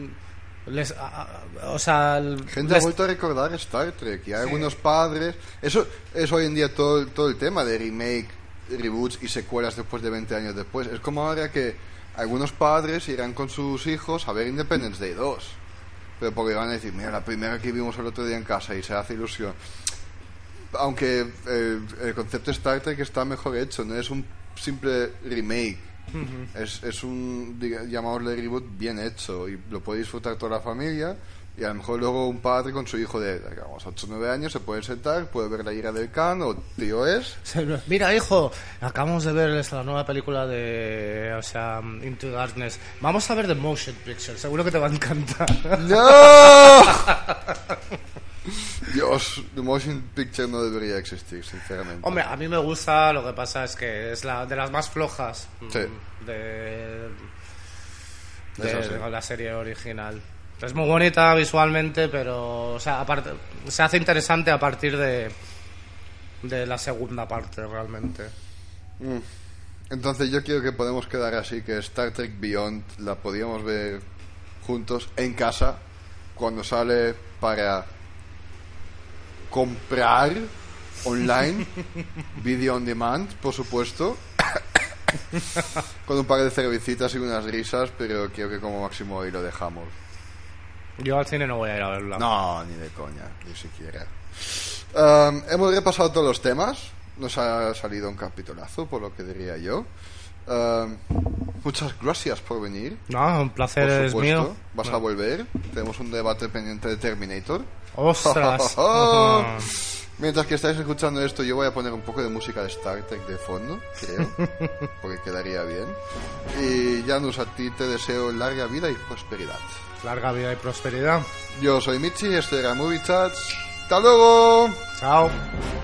o sea, gente ha vuelto a recordar Star Trek y hay algunos padres. Eso es hoy en día todo el tema de remake, reboots y secuelas después de 20 años después. Es como ahora que algunos padres irán con sus hijos a ver Independence Day 2, pero porque van a decir, mira, la primera que vimos el otro día en casa, y se hace ilusión. Aunque el concepto de Star Trek está mejor hecho, no es un simple remake. Es un, llamémosle reboot, bien hecho, y lo puede disfrutar toda la familia. Y a lo mejor luego un padre con su hijo de, digamos, 8 o 9 años se puede sentar, puede ver La ira del Khan o Tío Es. Mira, hijo, acabamos de ver la nueva película de, o sea, Into Darkness. Vamos a ver The Motion Picture, seguro que te va a encantar. ¡No! Dios, The Motion Picture no debería existir, sinceramente. Hombre, a mí me gusta, lo que pasa es que es de las más flojas de la serie original. Es muy bonita visualmente, pero o sea, aparte, se hace interesante a partir de la segunda parte, realmente. Entonces yo creo que podemos quedar así, que Star Trek Beyond la podíamos ver juntos en casa cuando sale para comprar online, video on demand, por supuesto, con un par de cervecitas y unas risas, pero creo que como máximo hoy lo dejamos. Yo al cine no voy a ir a verla. No, ni de coña, ni siquiera. Hemos repasado todos los temas. Nos ha salido un capitulazo, por lo que diría yo. Muchas gracias por venir. No, un placer es mío. Vas a volver. Tenemos un debate pendiente de Terminator. ¡Ostras! Mientras que estáis escuchando esto, yo voy a poner un poco de música de Star Trek de fondo, creo, porque quedaría bien. Y Janus, a ti te deseo larga vida y prosperidad. Larga vida y prosperidad. Yo soy Michi, esto era Movie Chats. ¡Hasta luego! Chao.